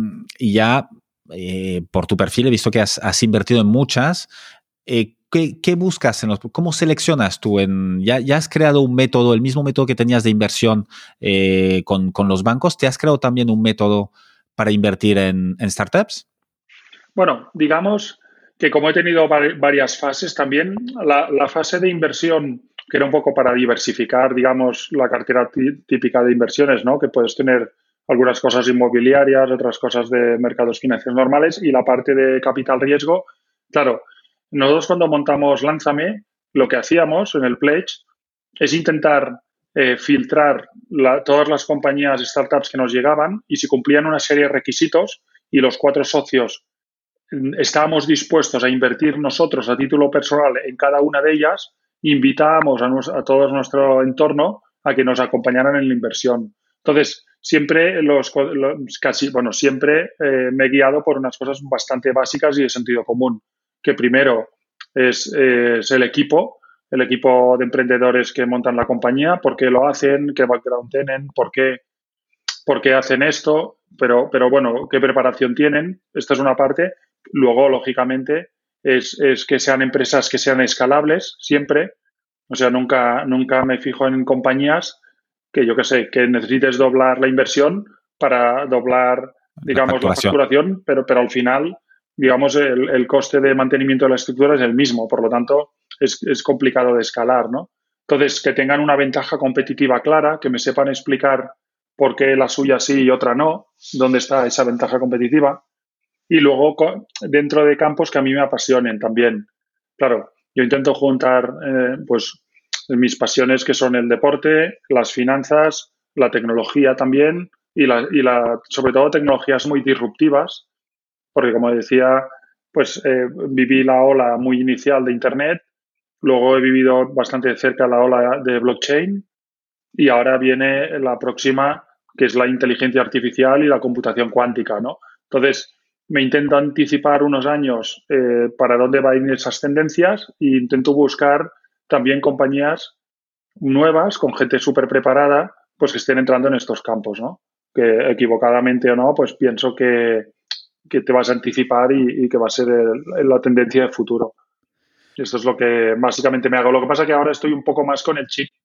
y ya eh, por tu perfil he visto que has, has invertido en muchas. Eh, ¿qué, ¿Qué buscas? En los, ¿Cómo seleccionas tú? En, ya, ¿Ya has creado un método, el mismo método que tenías de inversión eh, con, con los bancos? ¿Te has creado también un método para invertir en, en startups? Bueno, digamos que como he tenido varias fases también, la, la, fase de inversión, que era un poco para diversificar, digamos, la cartera típica de inversiones, ¿no? Que puedes tener algunas cosas inmobiliarias, otras cosas de mercados financieros normales y la parte de capital riesgo. Claro, nosotros cuando montamos Lánzame, lo que hacíamos en el Pledge es intentar eh, filtrar la, todas las compañías, startups que nos llegaban y si cumplían una serie de requisitos y los cuatro socios estábamos dispuestos a invertir nosotros a título personal en cada una de ellas, invitábamos a, nos, a todo nuestro entorno a que nos acompañaran en la inversión. Entonces, siempre los, los casi, bueno, siempre eh, me he guiado por unas cosas bastante básicas y de sentido común, que primero es, eh, es el equipo, el equipo de emprendedores que montan la compañía, por qué lo hacen, qué background tienen, por qué, por qué hacen esto, pero, pero bueno, qué preparación tienen. Esta es una parte. Luego, lógicamente, es, es que sean empresas que sean escalables siempre. O sea, nunca, nunca me fijo en compañías que, yo qué sé, que necesites doblar la inversión para doblar, digamos, la facturación, la facturación pero, pero al final, digamos, el, el coste de mantenimiento de la estructura es el mismo. Por lo tanto, es, es complicado de escalar, ¿no? Entonces, que tengan una ventaja competitiva clara, que me sepan explicar por qué la suya sí y otra no, dónde está esa ventaja competitiva. Y luego dentro de campos que a mí me apasionen también. Claro, yo intento juntar eh, pues mis pasiones que son el deporte, las finanzas, la tecnología también y, la, y la, sobre todo tecnologías muy disruptivas, porque como decía, pues eh, viví la ola muy inicial de Internet, luego he vivido bastante de cerca la ola de blockchain y ahora viene la próxima, que es la inteligencia artificial y la computación cuántica, ¿no? Entonces, me intento anticipar unos años eh, para dónde van a ir esas tendencias e intento buscar también compañías nuevas, con gente súper preparada, pues que estén entrando en estos campos, ¿no? Que equivocadamente o no, pues pienso que, que te vas a anticipar y, y que va a ser el, la tendencia de futuro. Y esto es lo que básicamente me hago. Lo que pasa es que ahora estoy un poco más con el chip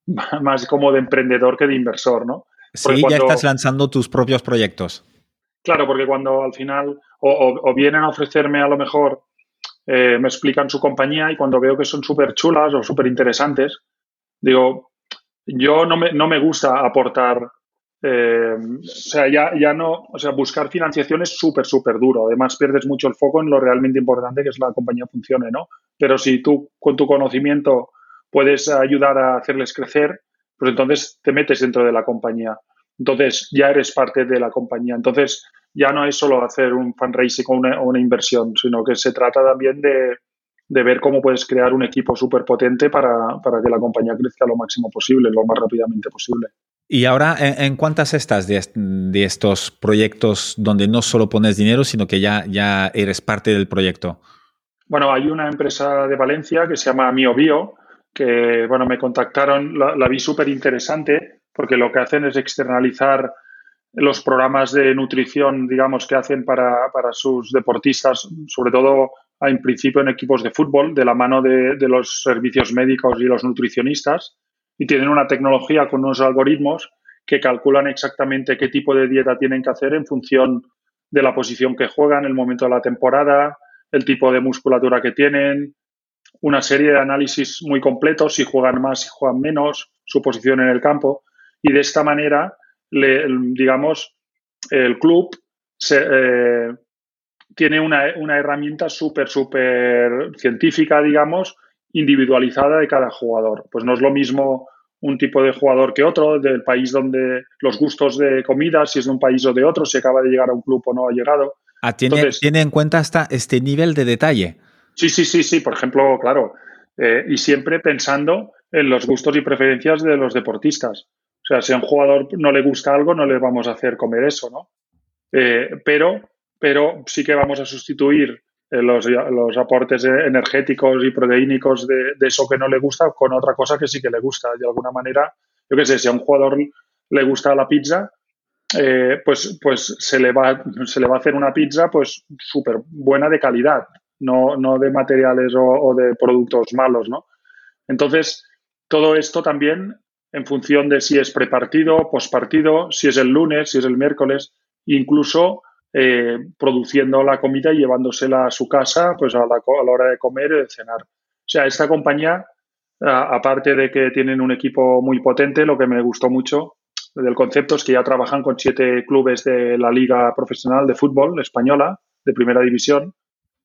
más como de emprendedor que de inversor, ¿no? Porque sí, cuando, ya estás lanzando tus propios proyectos. Claro, porque cuando al final o, o, o vienen a ofrecerme a lo mejor, eh, me explican su compañía y cuando veo que son súper chulas o súper interesantes, digo, yo no me, no me gusta aportar, eh, o sea, ya, ya no, o sea, buscar financiación es súper, súper duro. Además, pierdes mucho el foco en lo realmente importante que es la compañía funcione, ¿no? Pero si tú con tu conocimiento puedes ayudar a hacerles crecer, pues entonces te metes dentro de la compañía. Entonces ya eres parte de la compañía. Entonces ya no es solo hacer un fundraising o una, una inversión, sino que se trata también de, de ver cómo puedes crear un equipo súper potente para, para que la compañía crezca lo máximo posible, lo más rápidamente posible. Y ahora, ¿en, en cuántas estás de, de estos proyectos donde no solo pones dinero, sino que ya, ya eres parte del proyecto? Bueno, hay una empresa de Valencia que se llama MioBio, que bueno, me contactaron, la, la vi súper interesante porque lo que hacen es externalizar los programas de nutrición, digamos, que hacen para, para sus deportistas, sobre todo en principio en equipos de fútbol, de la mano de, de los servicios médicos y los nutricionistas, y tienen una tecnología con unos algoritmos que calculan exactamente qué tipo de dieta tienen que hacer en función de la posición que juegan, el momento de la temporada, el tipo de musculatura que tienen, una serie de análisis muy completos, si juegan más, si juegan menos, su posición en el campo, y de esta manera, le, digamos, el club se, eh, tiene una, una herramienta súper, súper científica, digamos, individualizada de cada jugador. Pues no es lo mismo un tipo de jugador que otro, del país donde los gustos de comida, si es de un país o de otro, si acaba de llegar a un club o no ha llegado. Ah, tiene, Entonces, tiene en cuenta hasta este nivel de detalle. Sí, sí, sí, sí. Por ejemplo, claro, eh, y siempre pensando en los gustos y preferencias de los deportistas. O sea, si a un jugador no le gusta algo, no le vamos a hacer comer eso, ¿no? Eh, pero, pero sí que vamos a sustituir eh, los, los aportes energéticos y proteínicos de, de eso que no le gusta con otra cosa que sí que le gusta. De alguna manera, yo qué sé, si a un jugador le gusta la pizza, eh, pues, pues se le va, se le va a hacer una pizza pues súper buena de calidad, no, no de materiales o, o de productos malos, ¿no? Entonces, todo esto también en función de si es prepartido, postpartido, si es el lunes, si es el miércoles, incluso eh, produciendo la comida y llevándosela a su casa pues a la, a la hora de comer y de cenar. O sea, esta compañía, a, aparte de que tienen un equipo muy potente, lo que me gustó mucho del concepto es que ya trabajan con siete clubes de la Liga Profesional de Fútbol Española, de Primera División,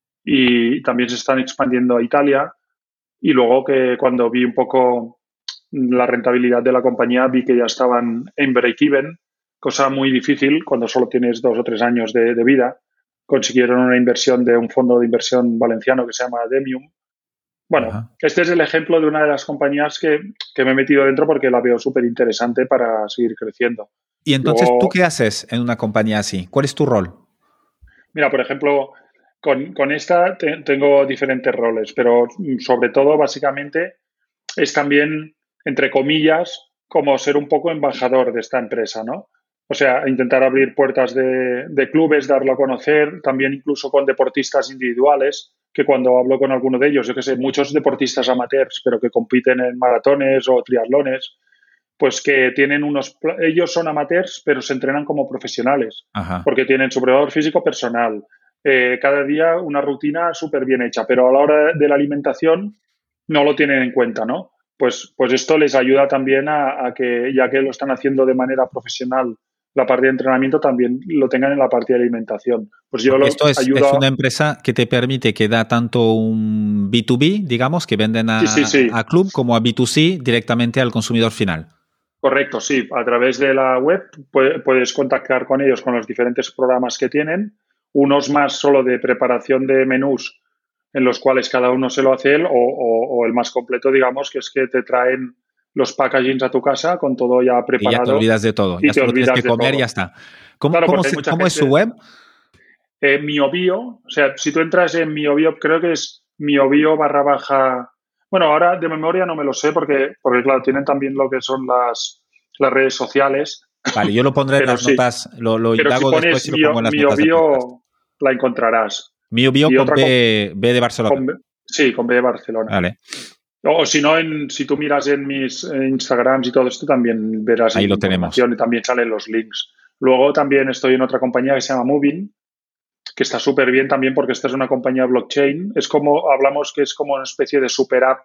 y también se están expandiendo a Italia. Y luego que cuando vi un poco la rentabilidad de la compañía, vi que ya estaban en break-even, cosa muy difícil cuando solo tienes dos o tres años de, de vida. Consiguieron una inversión de un fondo de inversión valenciano que se llama Demium. Bueno, Ajá. Este es el ejemplo de una de las compañías que, que me he metido dentro porque la veo súper interesante para seguir creciendo. Y entonces, Luego, ¿tú qué haces en una compañía así? ¿Cuál es tu rol? Mira, por ejemplo, con, con esta te, tengo diferentes roles, pero sobre todo, básicamente, es también, entre comillas, como ser un poco embajador de esta empresa, ¿no? O sea, intentar abrir puertas de, de clubes, darlo a conocer, también incluso con deportistas individuales, que cuando hablo con alguno de ellos, yo que sé, muchos deportistas amateurs, pero que compiten en maratones o triatlones, pues que tienen unos... Ellos son amateurs, pero se entrenan como profesionales, Ajá. porque tienen su preparador físico personal, eh, cada día una rutina súper bien hecha, pero a la hora de la alimentación no lo tienen en cuenta, ¿no? Pues, pues esto les ayuda también a, a que, ya que lo están haciendo de manera profesional, la parte de entrenamiento también lo tengan en la parte de alimentación. Pues yo lo Esto es, ayudo es una empresa que te permite que da tanto un B dos B, digamos, que venden a, sí, sí, sí. a club, como a B dos C directamente al consumidor final. Correcto, sí. A través de la web puedes contactar con ellos con los diferentes programas que tienen, unos más solo de preparación de menús en los cuales cada uno se lo hace él, o, o, o el más completo, digamos, que es que te traen los packagings a tu casa con todo ya preparado. Y ya te olvidas de todo. Y ya te solo olvidas tienes que comer y ya está. ¿Cómo, claro, cómo, se, ¿cómo gente, es su web? Eh, Miobio, o sea, si tú entras en Miobio, creo que es Miobio barra baja... Bueno, ahora de memoria no me lo sé porque, porque claro, tienen también lo que son las, las redes sociales. Vale, yo lo pondré en las sí. notas, lo, lo Pero indago si después y lo Mio, pongo en las Miobio, notas del la encontrarás. Miobio con B, B de Barcelona. Con B, sí, con B de Barcelona. Vale. O, o si no, en, si tú miras en mis Instagrams y todo esto, también verás ahí lo información tenemos. Y también salen los links. Luego también estoy en otra compañía que se llama Moving, que está súper bien también porque esta es una compañía blockchain. Es como, hablamos que es como una especie de super app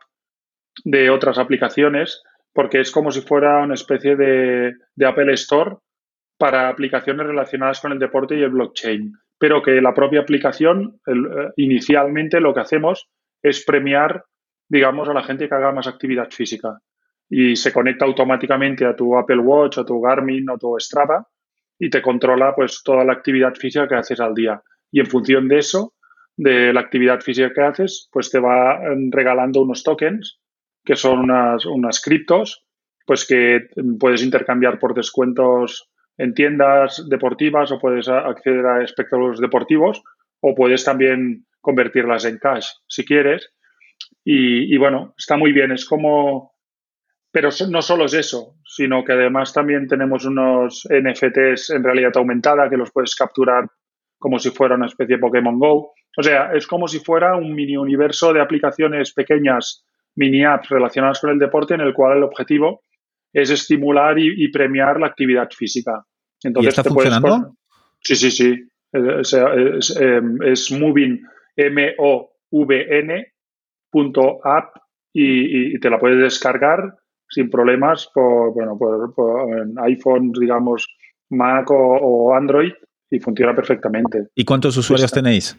de otras aplicaciones, porque es como si fuera una especie de, de Apple Store para aplicaciones relacionadas con el deporte y el blockchain. Pero que la propia aplicación, el, eh, inicialmente lo que hacemos es premiar, digamos, a la gente que haga más actividad física. Y se conecta automáticamente a tu Apple Watch, a tu Garmin o tu Strava y te controla pues toda la actividad física que haces al día. Y en función de eso, de la actividad física que haces, pues te va regalando unos tokens, que son unas, unas criptos, pues que puedes intercambiar por descuentos en tiendas deportivas o puedes acceder a espectáculos deportivos o puedes también convertirlas en cash si quieres. Y, y bueno, está muy bien. Es como... Pero no solo es eso, sino que además también tenemos unos N F Ts en realidad aumentada que los puedes capturar como si fuera una especie de Pokémon Go. O sea, es como si fuera un mini universo de aplicaciones pequeñas, mini apps relacionadas con el deporte, en el cual el objetivo es estimular y, y premiar la actividad física. ¿Y Entonces está te puedes... funcionando? Sí, sí, sí. Es, es, es Moving, M O V N, punto app y, y, te la puedes descargar sin problemas por, bueno, por, por en iPhone, digamos, Mac o, o Android y funciona perfectamente. ¿Y cuántos usuarios Está. tenéis?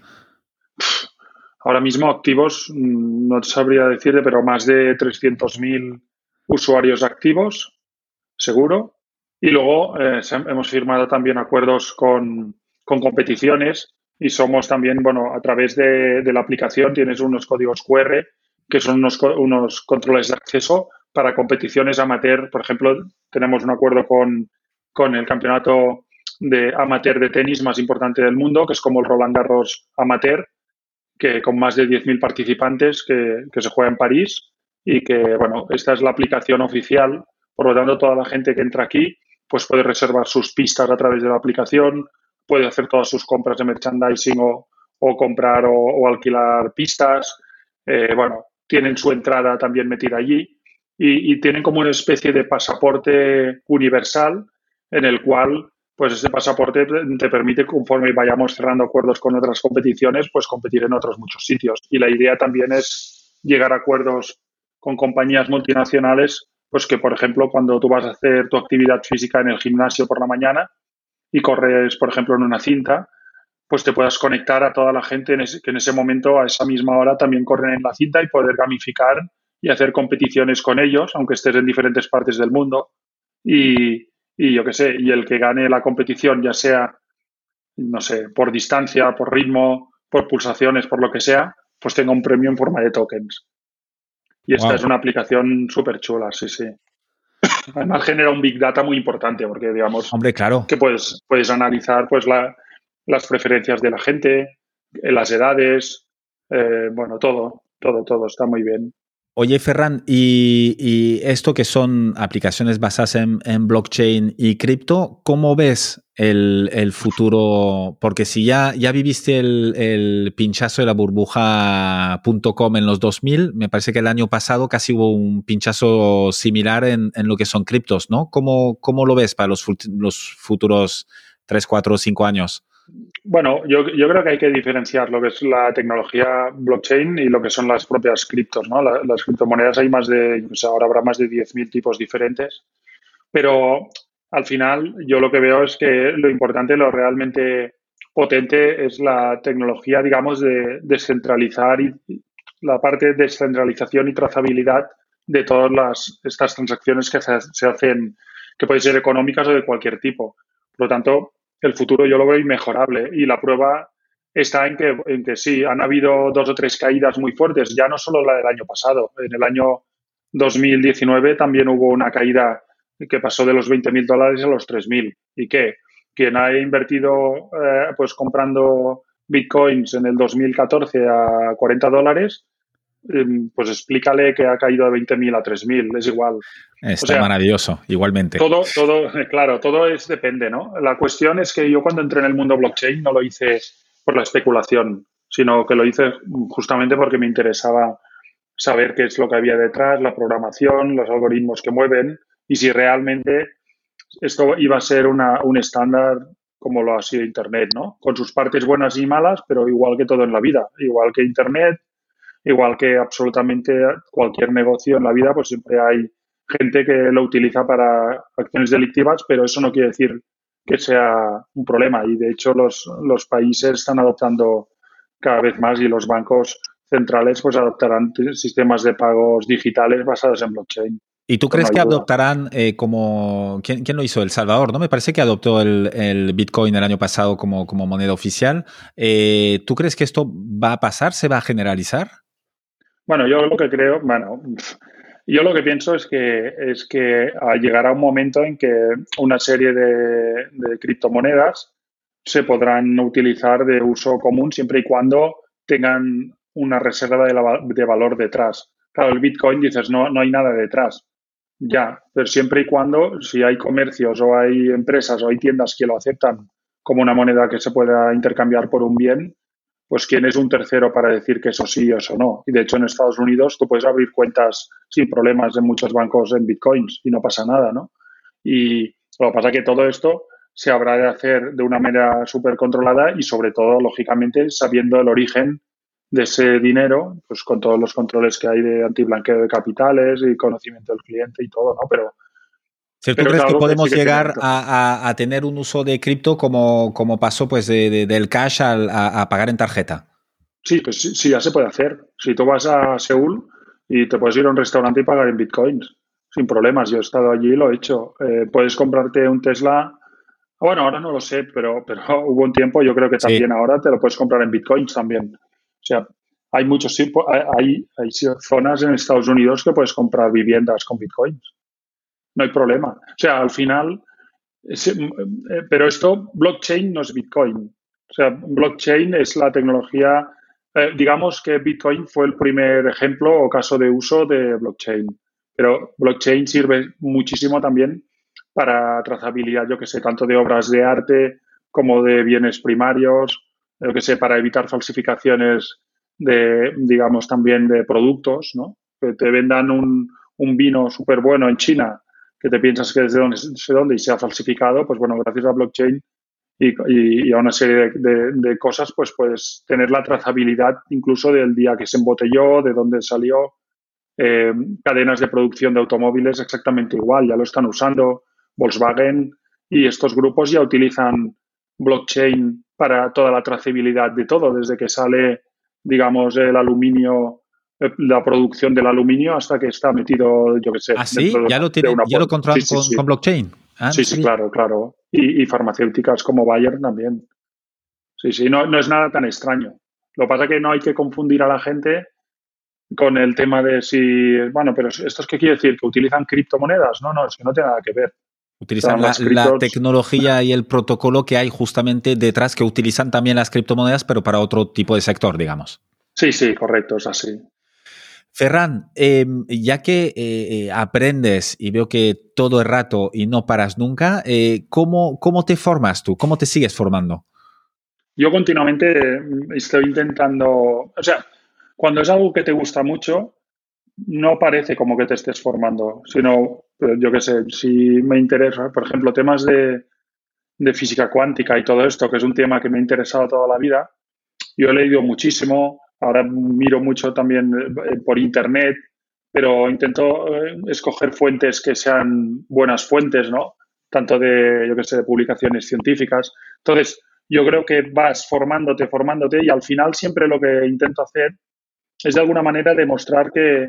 Ahora mismo activos, no te sabría decirte, pero más de trescientos mil usuarios activos, seguro. Y luego eh, hemos firmado también acuerdos con, con competiciones y somos también, bueno, a través de, de la aplicación tienes unos códigos cu erre que son unos, unos controles de acceso para competiciones amateur. Por ejemplo, tenemos un acuerdo con, con el campeonato de amateur de tenis más importante del mundo, que es como el Roland Garros amateur, que con más de diez mil participantes que, que se juega en París y que, bueno, esta es la aplicación oficial. Por lo tanto, toda la gente que entra aquí pues puede reservar sus pistas a través de la aplicación, puede hacer todas sus compras de merchandising o, o comprar o, o alquilar pistas. Eh, bueno, tienen su entrada también metida allí y, y tienen como una especie de pasaporte universal en el cual pues ese pasaporte te permite, conforme vayamos cerrando acuerdos con otras competiciones, pues competir en otros muchos sitios. Y la idea también es llegar a acuerdos con compañías multinacionales, pues que, por ejemplo, cuando tú vas a hacer tu actividad física en el gimnasio por la mañana y corres, por ejemplo, en una cinta, pues te puedas conectar a toda la gente en ese, que en ese momento, a esa misma hora, también corren en la cinta y poder gamificar y hacer competiciones con ellos, aunque estés en diferentes partes del mundo. Y, y yo qué sé, y el que gane la competición, ya sea, no sé, por distancia, por ritmo, por pulsaciones, por lo que sea, pues tenga un premio en forma de tokens. Y esta es Wow. una aplicación súper chula, sí, sí. Además genera un big data muy importante porque, digamos, Hombre, claro. que puedes, puedes analizar pues la, las preferencias de la gente, las edades, eh, bueno, todo, todo, todo está muy bien. Oye, Ferran, y, y esto que son aplicaciones basadas en, en blockchain y cripto, ¿cómo ves el, el futuro? Porque si ya, ya viviste el, el pinchazo de la burbuja punto com en los dos mil, me parece que el año pasado casi hubo un pinchazo similar en, en lo que son criptos, ¿no? ¿Cómo, cómo lo ves para los, fut- los futuros tres, cuatro o cinco años? Bueno, yo, yo creo que hay que diferenciar lo que es la tecnología blockchain y lo que son las propias criptos, ¿no? La- las criptomonedas hay más de, o sea, ahora habrá más de diez mil tipos diferentes, pero al final yo lo que veo es que lo importante, lo realmente potente es la tecnología, digamos, de descentralizar y la parte de descentralización y trazabilidad de todas las, estas transacciones que se, se hacen, que pueden ser económicas o de cualquier tipo. Por lo tanto, el futuro yo lo veo inmejorable y la prueba está en que, en que sí, han habido dos o tres caídas muy fuertes, ya no solo la del año pasado, en el año dos mil diecinueve también hubo una caída que pasó de los veinte mil dólares a los tres mil. ¿Y qué? Quien ha invertido eh, pues comprando bitcoins en el dos mil catorce a cuarenta dólares, eh, pues explícale que ha caído de veinte mil a tres mil, es igual. O Está sea, maravilloso, igualmente. todo, todo, claro, todo es depende, ¿no? La cuestión es que yo cuando entré en el mundo blockchain no lo hice por la especulación, sino que lo hice justamente porque me interesaba saber qué es lo que había detrás, la programación, los algoritmos que mueven y si realmente esto iba a ser una, un estándar como lo ha sido Internet, ¿no? Con sus partes buenas y malas, pero igual que todo en la vida, igual que Internet, igual que absolutamente cualquier negocio en la vida, pues siempre hay gente que lo utiliza para acciones delictivas, pero eso no quiere decir que sea un problema. Y de hecho los, los países están adoptando cada vez más y los bancos centrales pues adoptarán sistemas de pagos digitales basados en blockchain. ¿Y tú Eso no crees hay que duda. adoptarán eh, como... ¿quién, quién lo hizo? El Salvador, ¿no? Me parece que adoptó el, el Bitcoin el año pasado como, como moneda oficial. Eh, ¿Tú crees que esto va a pasar? ¿Se va a generalizar? Bueno, yo lo que creo, bueno, yo lo que pienso es que es que llegará un momento en que una serie de, de criptomonedas se podrán utilizar de uso común siempre y cuando tengan una reserva de, la- de valor detrás. Claro, el Bitcoin dices, no, no hay nada detrás. Ya, pero siempre y cuando, si hay comercios o hay empresas o hay tiendas que lo aceptan como una moneda que se pueda intercambiar por un bien, pues quién es un tercero para decir que eso sí o eso no. Y de hecho en Estados Unidos tú puedes abrir cuentas sin problemas en muchos bancos en bitcoins y no pasa nada, ¿no? Y lo que pasa es que todo esto se habrá de hacer de una manera súper controlada y sobre todo, lógicamente, sabiendo el origen de ese dinero, pues con todos los controles que hay de antiblanqueo de capitales y conocimiento del cliente y todo, ¿no? Pero, Si ¿Tú pero es crees que algo que sí podemos que tiene llegar mucho. a, a, a tener un uso de cripto como, como pasó pues de, de, del cash al, a, a pagar en tarjeta? Sí, pues sí, sí, ya se puede hacer. Si tú vas a Seúl y te puedes ir a un restaurante y pagar en bitcoins, sin problemas. Yo he estado allí y lo he hecho. Eh, puedes comprarte un Tesla. Bueno, ahora no lo sé, pero, pero hubo un tiempo, yo creo que Sí. también ahora te lo puedes comprar en bitcoins también. O sea, hay muchos tipos, hay, hay zonas en Estados Unidos que puedes comprar viviendas con bitcoins. No hay problema. O sea, al final, es, eh, pero esto, blockchain no es bitcoin. O sea, blockchain es la tecnología, eh, digamos que bitcoin fue el primer ejemplo o caso de uso de blockchain. Pero blockchain sirve muchísimo también para trazabilidad, yo que sé, tanto de obras de arte como de bienes primarios, yo que sé, para evitar falsificaciones de, digamos, también de productos, ¿no? Que te vendan un, un vino súper bueno en China, que te piensas que es de dónde, sé dónde y se ha falsificado, pues bueno, gracias a blockchain y, y, y a una serie de, de, de, cosas, pues puedes tener la trazabilidad incluso del día que se embotelló, de dónde salió. Eh, cadenas de producción de automóviles exactamente igual, ya lo están usando. Volkswagen y estos grupos ya utilizan blockchain para toda la trazabilidad de todo, desde que sale, digamos, el aluminio, la producción del aluminio hasta que está metido, yo qué sé, ¿Ah, dentro sí? de ¿Ya una, lo, de tienen, una ya lo puerta. Sí, controlan sí, con, sí. con blockchain? Ah, no Sí, sí, sabía. claro, claro. Y, y farmacéuticas como Bayer también. Sí, sí, no, no es nada tan extraño. Lo que pasa es que no hay que confundir a la gente con el tema de si, bueno, pero ¿esto es qué quiere decir? ¿Que utilizan criptomonedas? No, no, es que no tiene nada que ver. O sea, Utilizan la, las la criptos, tecnología y el protocolo que hay justamente detrás, que utilizan también las criptomonedas, pero para otro tipo de sector, digamos. sí, sí, correcto, es así. Ferran, eh, ya que eh, aprendes y veo que todo el rato y no paras nunca, eh, ¿cómo, ¿cómo te formas tú? ¿Cómo te sigues formando? Yo continuamente estoy intentando, o sea, cuando es algo que te gusta mucho, no parece como que te estés formando, sino, yo qué sé, si me interesa, por ejemplo, temas de, de física cuántica y todo esto, que es un tema que me ha interesado toda la vida. Yo he leído muchísimo, ahora miro mucho también eh, por internet, pero intento eh, escoger fuentes que sean buenas fuentes, ¿no? Tanto de, yo qué sé, de publicaciones científicas. Entonces, yo creo que vas formándote, formándote y al final siempre lo que intento hacer es de alguna manera demostrar que,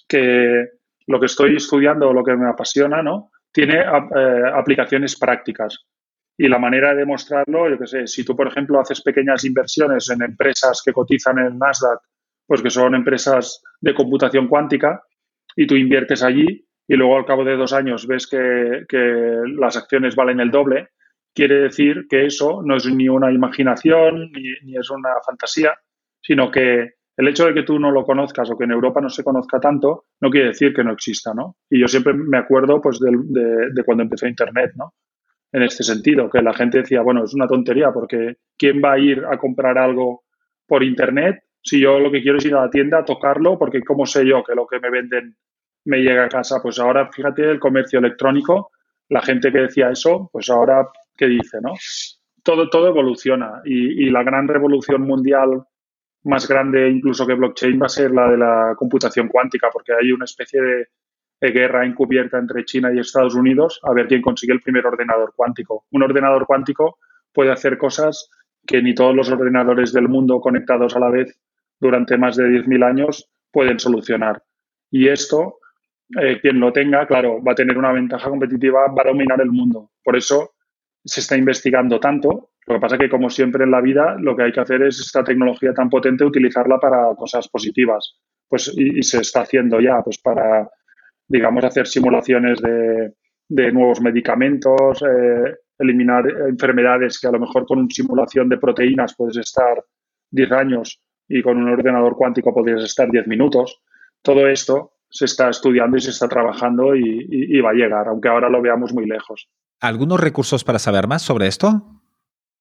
que lo que estoy estudiando o lo que me apasiona, ¿no? Tiene eh, aplicaciones prácticas. Y la manera de demostrarlo, yo qué sé, si tú, por ejemplo, haces pequeñas inversiones en empresas que cotizan en el Nasdaq, pues que son empresas de computación cuántica, y tú inviertes allí y luego al cabo de dos años ves que, que las acciones valen el doble, quiere decir que eso no es ni una imaginación ni, ni es una fantasía, sino que el hecho de que tú no lo conozcas o que en Europa no se conozca tanto no quiere decir que no exista, ¿no? Y yo siempre me acuerdo pues de, de, de cuando empezó Internet, ¿no? En este sentido, que la gente decía, bueno, es una tontería porque ¿quién va a ir a comprar algo por Internet si yo lo que quiero es ir a la tienda a tocarlo? Porque ¿cómo sé yo que lo que me venden me llega a casa? Pues ahora, fíjate, el comercio electrónico, la gente que decía eso, pues ahora, ¿qué dice, no? Todo, todo evoluciona y, y la gran revolución mundial más grande incluso que blockchain va a ser la de la computación cuántica, porque hay una especie de, de guerra encubierta entre China y Estados Unidos a ver quién consigue el primer ordenador cuántico. Un ordenador cuántico puede hacer cosas que ni todos los ordenadores del mundo conectados a la vez durante más de diez mil años pueden solucionar. Y esto, eh, quien lo tenga, claro, va a tener una ventaja competitiva, va a dominar el mundo. Por eso se está investigando tanto. Lo que pasa es que, como siempre en la vida, lo que hay que hacer es esta tecnología tan potente, utilizarla para cosas positivas. Pues, y, y se está haciendo ya, pues para, digamos, hacer simulaciones de, de nuevos medicamentos, eh, eliminar enfermedades que a lo mejor con una simulación de proteínas puedes estar diez años y con un ordenador cuántico podrías estar diez minutos. Todo esto se está estudiando y se está trabajando y, y, y va a llegar, aunque ahora lo veamos muy lejos. ¿Algunos recursos para saber más sobre esto?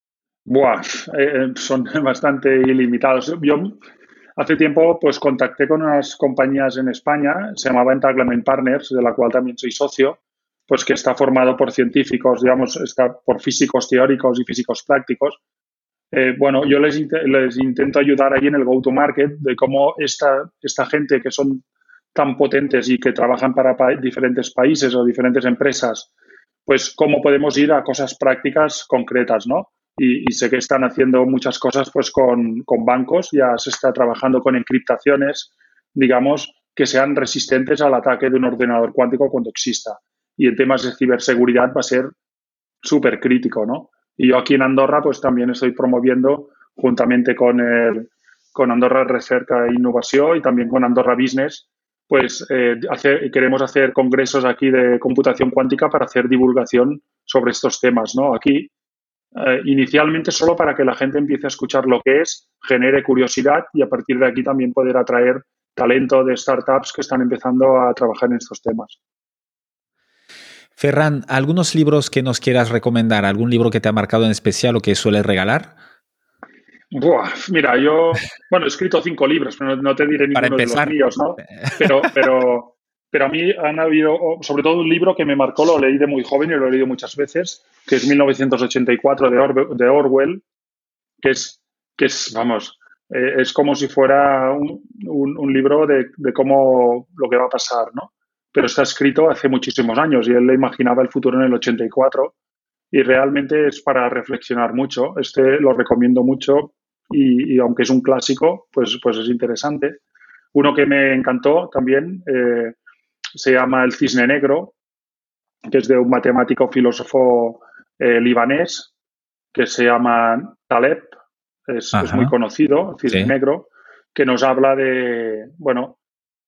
Buah, eh, son bastante ilimitados. Yo hace tiempo pues contacté con unas compañías en España, se llamaba Entanglement Partners, de la cual también soy socio, pues que está formado por científicos, digamos, está por físicos teóricos y físicos prácticos. Eh, bueno, yo les, les, intento ayudar ahí en el go-to-market de cómo esta, esta gente que son tan potentes y que trabajan para pa diferentes países o diferentes empresas, pues cómo podemos ir a cosas prácticas concretas, ¿no? Y, y sé que están haciendo muchas cosas pues con, con bancos, ya se está trabajando con encriptaciones, digamos, que sean resistentes al ataque de un ordenador cuántico cuando exista. Y en temas de ciberseguridad va a ser súper crítico, ¿no? Y yo aquí en Andorra pues también estoy promoviendo juntamente con, el, con Andorra Recerca e Innovación y también con Andorra Business, pues eh, hacer, queremos hacer congresos aquí de computación cuántica para hacer divulgación sobre estos temas, ¿no? Aquí eh, inicialmente solo para que la gente empiece a escuchar lo que es, genere curiosidad y a partir de aquí también poder atraer talento de startups que están empezando a trabajar en estos temas. Ferran, ¿algunos libros que nos quieras recomendar? ¿Algún libro que te ha marcado en especial o que sueles regalar? Buah, mira, yo, bueno, he escrito cinco libros, pero no, no te diré Para ninguno de los empezar. míos, ¿no? Pero, pero, pero a mí han habido, sobre todo un libro que me marcó, lo leí de muy joven y lo he leído muchas veces, que es mil novecientos ochenta y cuatro de, Or de Orwell, que es, que es vamos, eh, es como si fuera un, un, un libro de, de cómo lo que va a pasar, ¿no? Pero está escrito hace muchísimos años y él le imaginaba el futuro en el ochenta y cuatro y realmente es para reflexionar mucho. Este lo recomiendo mucho y, y aunque es un clásico, pues, pues es interesante. Uno que me encantó también eh, se llama El Cisne Negro, que es de un matemático filósofo eh, libanés que se llama Taleb, es, es muy conocido, El Cisne sí. Negro, que nos habla de, bueno,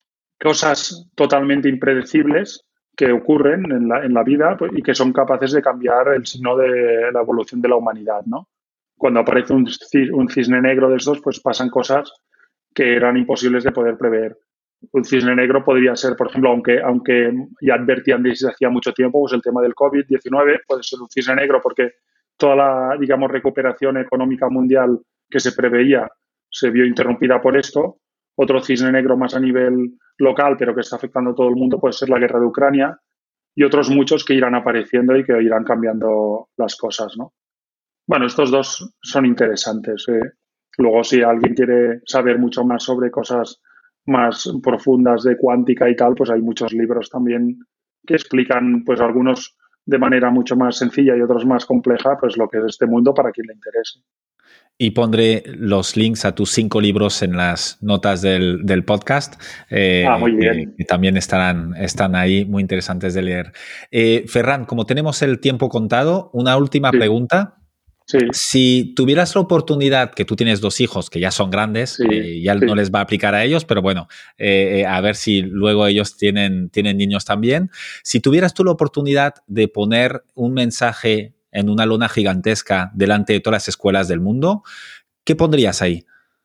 cosas totalmente impredecibles que ocurren en la, en la vida pues, y que son capaces de cambiar el signo de la evolución de la humanidad, ¿no? Cuando aparece un, un cisne negro de estos, pues pasan cosas que eran imposibles de poder prever. Un cisne negro podría ser, por ejemplo, aunque, aunque ya advertían desde hacía mucho tiempo, pues el tema del COVID diecinueve puede ser un cisne negro porque toda la, digamos, recuperación económica mundial que se preveía se vio interrumpida por esto. Otro cisne negro más a nivel local, pero que está afectando a todo el mundo, puede ser la guerra de Ucrania y otros muchos que irán apareciendo y que irán cambiando las cosas, ¿no? Bueno, estos dos son interesantes. ¿eh? Luego, si alguien quiere saber mucho más sobre cosas más profundas de cuántica y tal, pues hay muchos libros también que explican, pues algunos de manera mucho más sencilla y otros más compleja, pues lo que es este mundo para quien le interese. Y pondré los links a tus cinco libros en las notas del, del podcast. Eh, ah, muy bien. Que, que también estarán, están ahí muy interesantes de leer. Eh, Ferran, como tenemos el tiempo contado, una última sí. pregunta. Sí. Si tuvieras la oportunidad, que tú tienes dos hijos que ya son grandes, sí, eh, ya sí. no les va a aplicar a ellos, pero bueno, eh, a ver si luego ellos tienen, tienen niños también. Si tuvieras tú la oportunidad de poner un mensaje en una lona gigantesca delante de todas las escuelas del mundo, ¿qué pondrías ahí?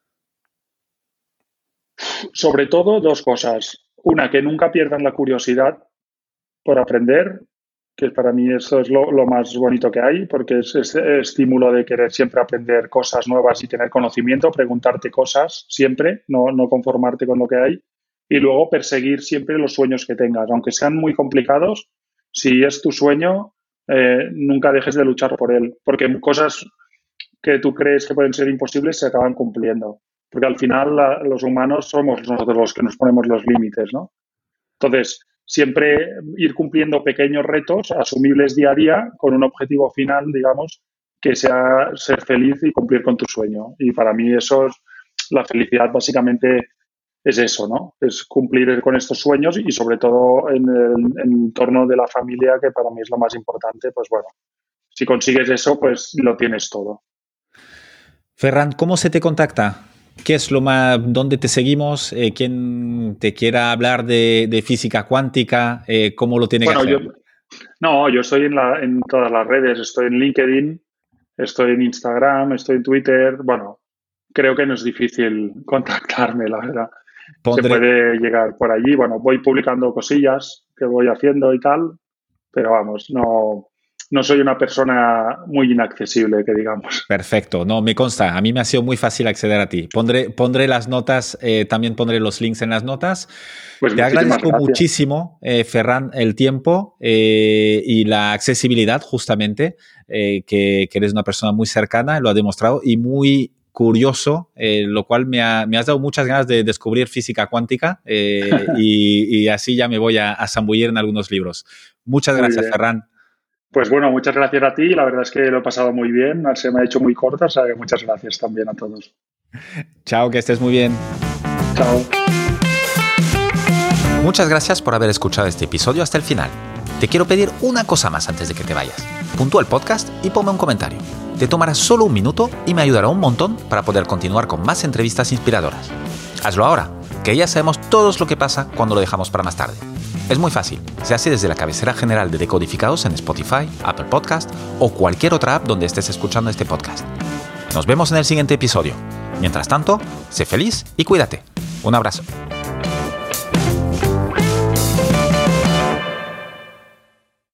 Sobre todo dos cosas. Una, que nunca pierdan la curiosidad por aprender, que para mí eso es lo, lo más bonito que hay, porque es ese estímulo de querer siempre aprender cosas nuevas y tener conocimiento, preguntarte cosas siempre, no, no conformarte con lo que hay, y luego perseguir siempre los sueños que tengas, aunque sean muy complicados, si es tu sueño, eh, nunca dejes de luchar por él, porque cosas que tú crees que pueden ser imposibles se acaban cumpliendo, porque al final la, los humanos somos nosotros los que nos ponemos los límites, ¿no? Entonces, siempre ir cumpliendo pequeños retos asumibles día a día con un objetivo final, digamos, que sea ser feliz y cumplir con tu sueño. Y para mí eso es, la felicidad básicamente es eso, ¿no? Es cumplir con estos sueños y sobre todo en el, en el entorno de la familia, que para mí es lo más importante, pues bueno, si consigues eso, pues lo tienes todo. Ferran, ¿cómo se te contacta? ¿Qué es lo más, dónde te seguimos? Eh, ¿Quién te quiera hablar de, de física cuántica? Eh, ¿Cómo lo tiene bueno, que hacer? Yo, no, yo estoy en, la, en todas las redes. Estoy en LinkedIn, estoy en Instagram, estoy en Twitter. Bueno, creo que no es difícil contactarme, la verdad. Pondré... Se puede llegar por allí. Bueno, voy publicando cosillas que voy haciendo y tal, pero vamos, no, no soy una persona muy inaccesible, que digamos. Perfecto, no, me consta. A mí me ha sido muy fácil acceder a ti. Pondré, pondré las notas, eh, también pondré los links en las notas. Pues Te agradezco gracias. muchísimo, eh, Ferran, el tiempo eh, y la accesibilidad, justamente, eh, que, que eres una persona muy cercana, lo ha demostrado, y muy curioso, eh, lo cual me, ha, me has dado muchas ganas de descubrir física cuántica eh, y, y así ya me voy a, a zambullir en algunos libros. Muchas gracias, Ferran. Pues bueno, muchas gracias a ti. La verdad es que lo he pasado muy bien. Se me ha hecho muy corta, o sea que muchas gracias también a todos. Chao, que estés muy bien. Chao. Muchas gracias por haber escuchado este episodio hasta el final. Te quiero pedir una cosa más antes de que te vayas. Puntúa el podcast y ponme un comentario. Te tomará solo un minuto y me ayudará un montón para poder continuar con más entrevistas inspiradoras. Hazlo ahora, que ya sabemos todos lo que pasa cuando lo dejamos para más tarde. Es muy fácil, se hace desde la cabecera general de Decodificados en Spotify, Apple Podcast o cualquier otra app donde estés escuchando este podcast. Nos vemos en el siguiente episodio. Mientras tanto, sé feliz y cuídate. Un abrazo.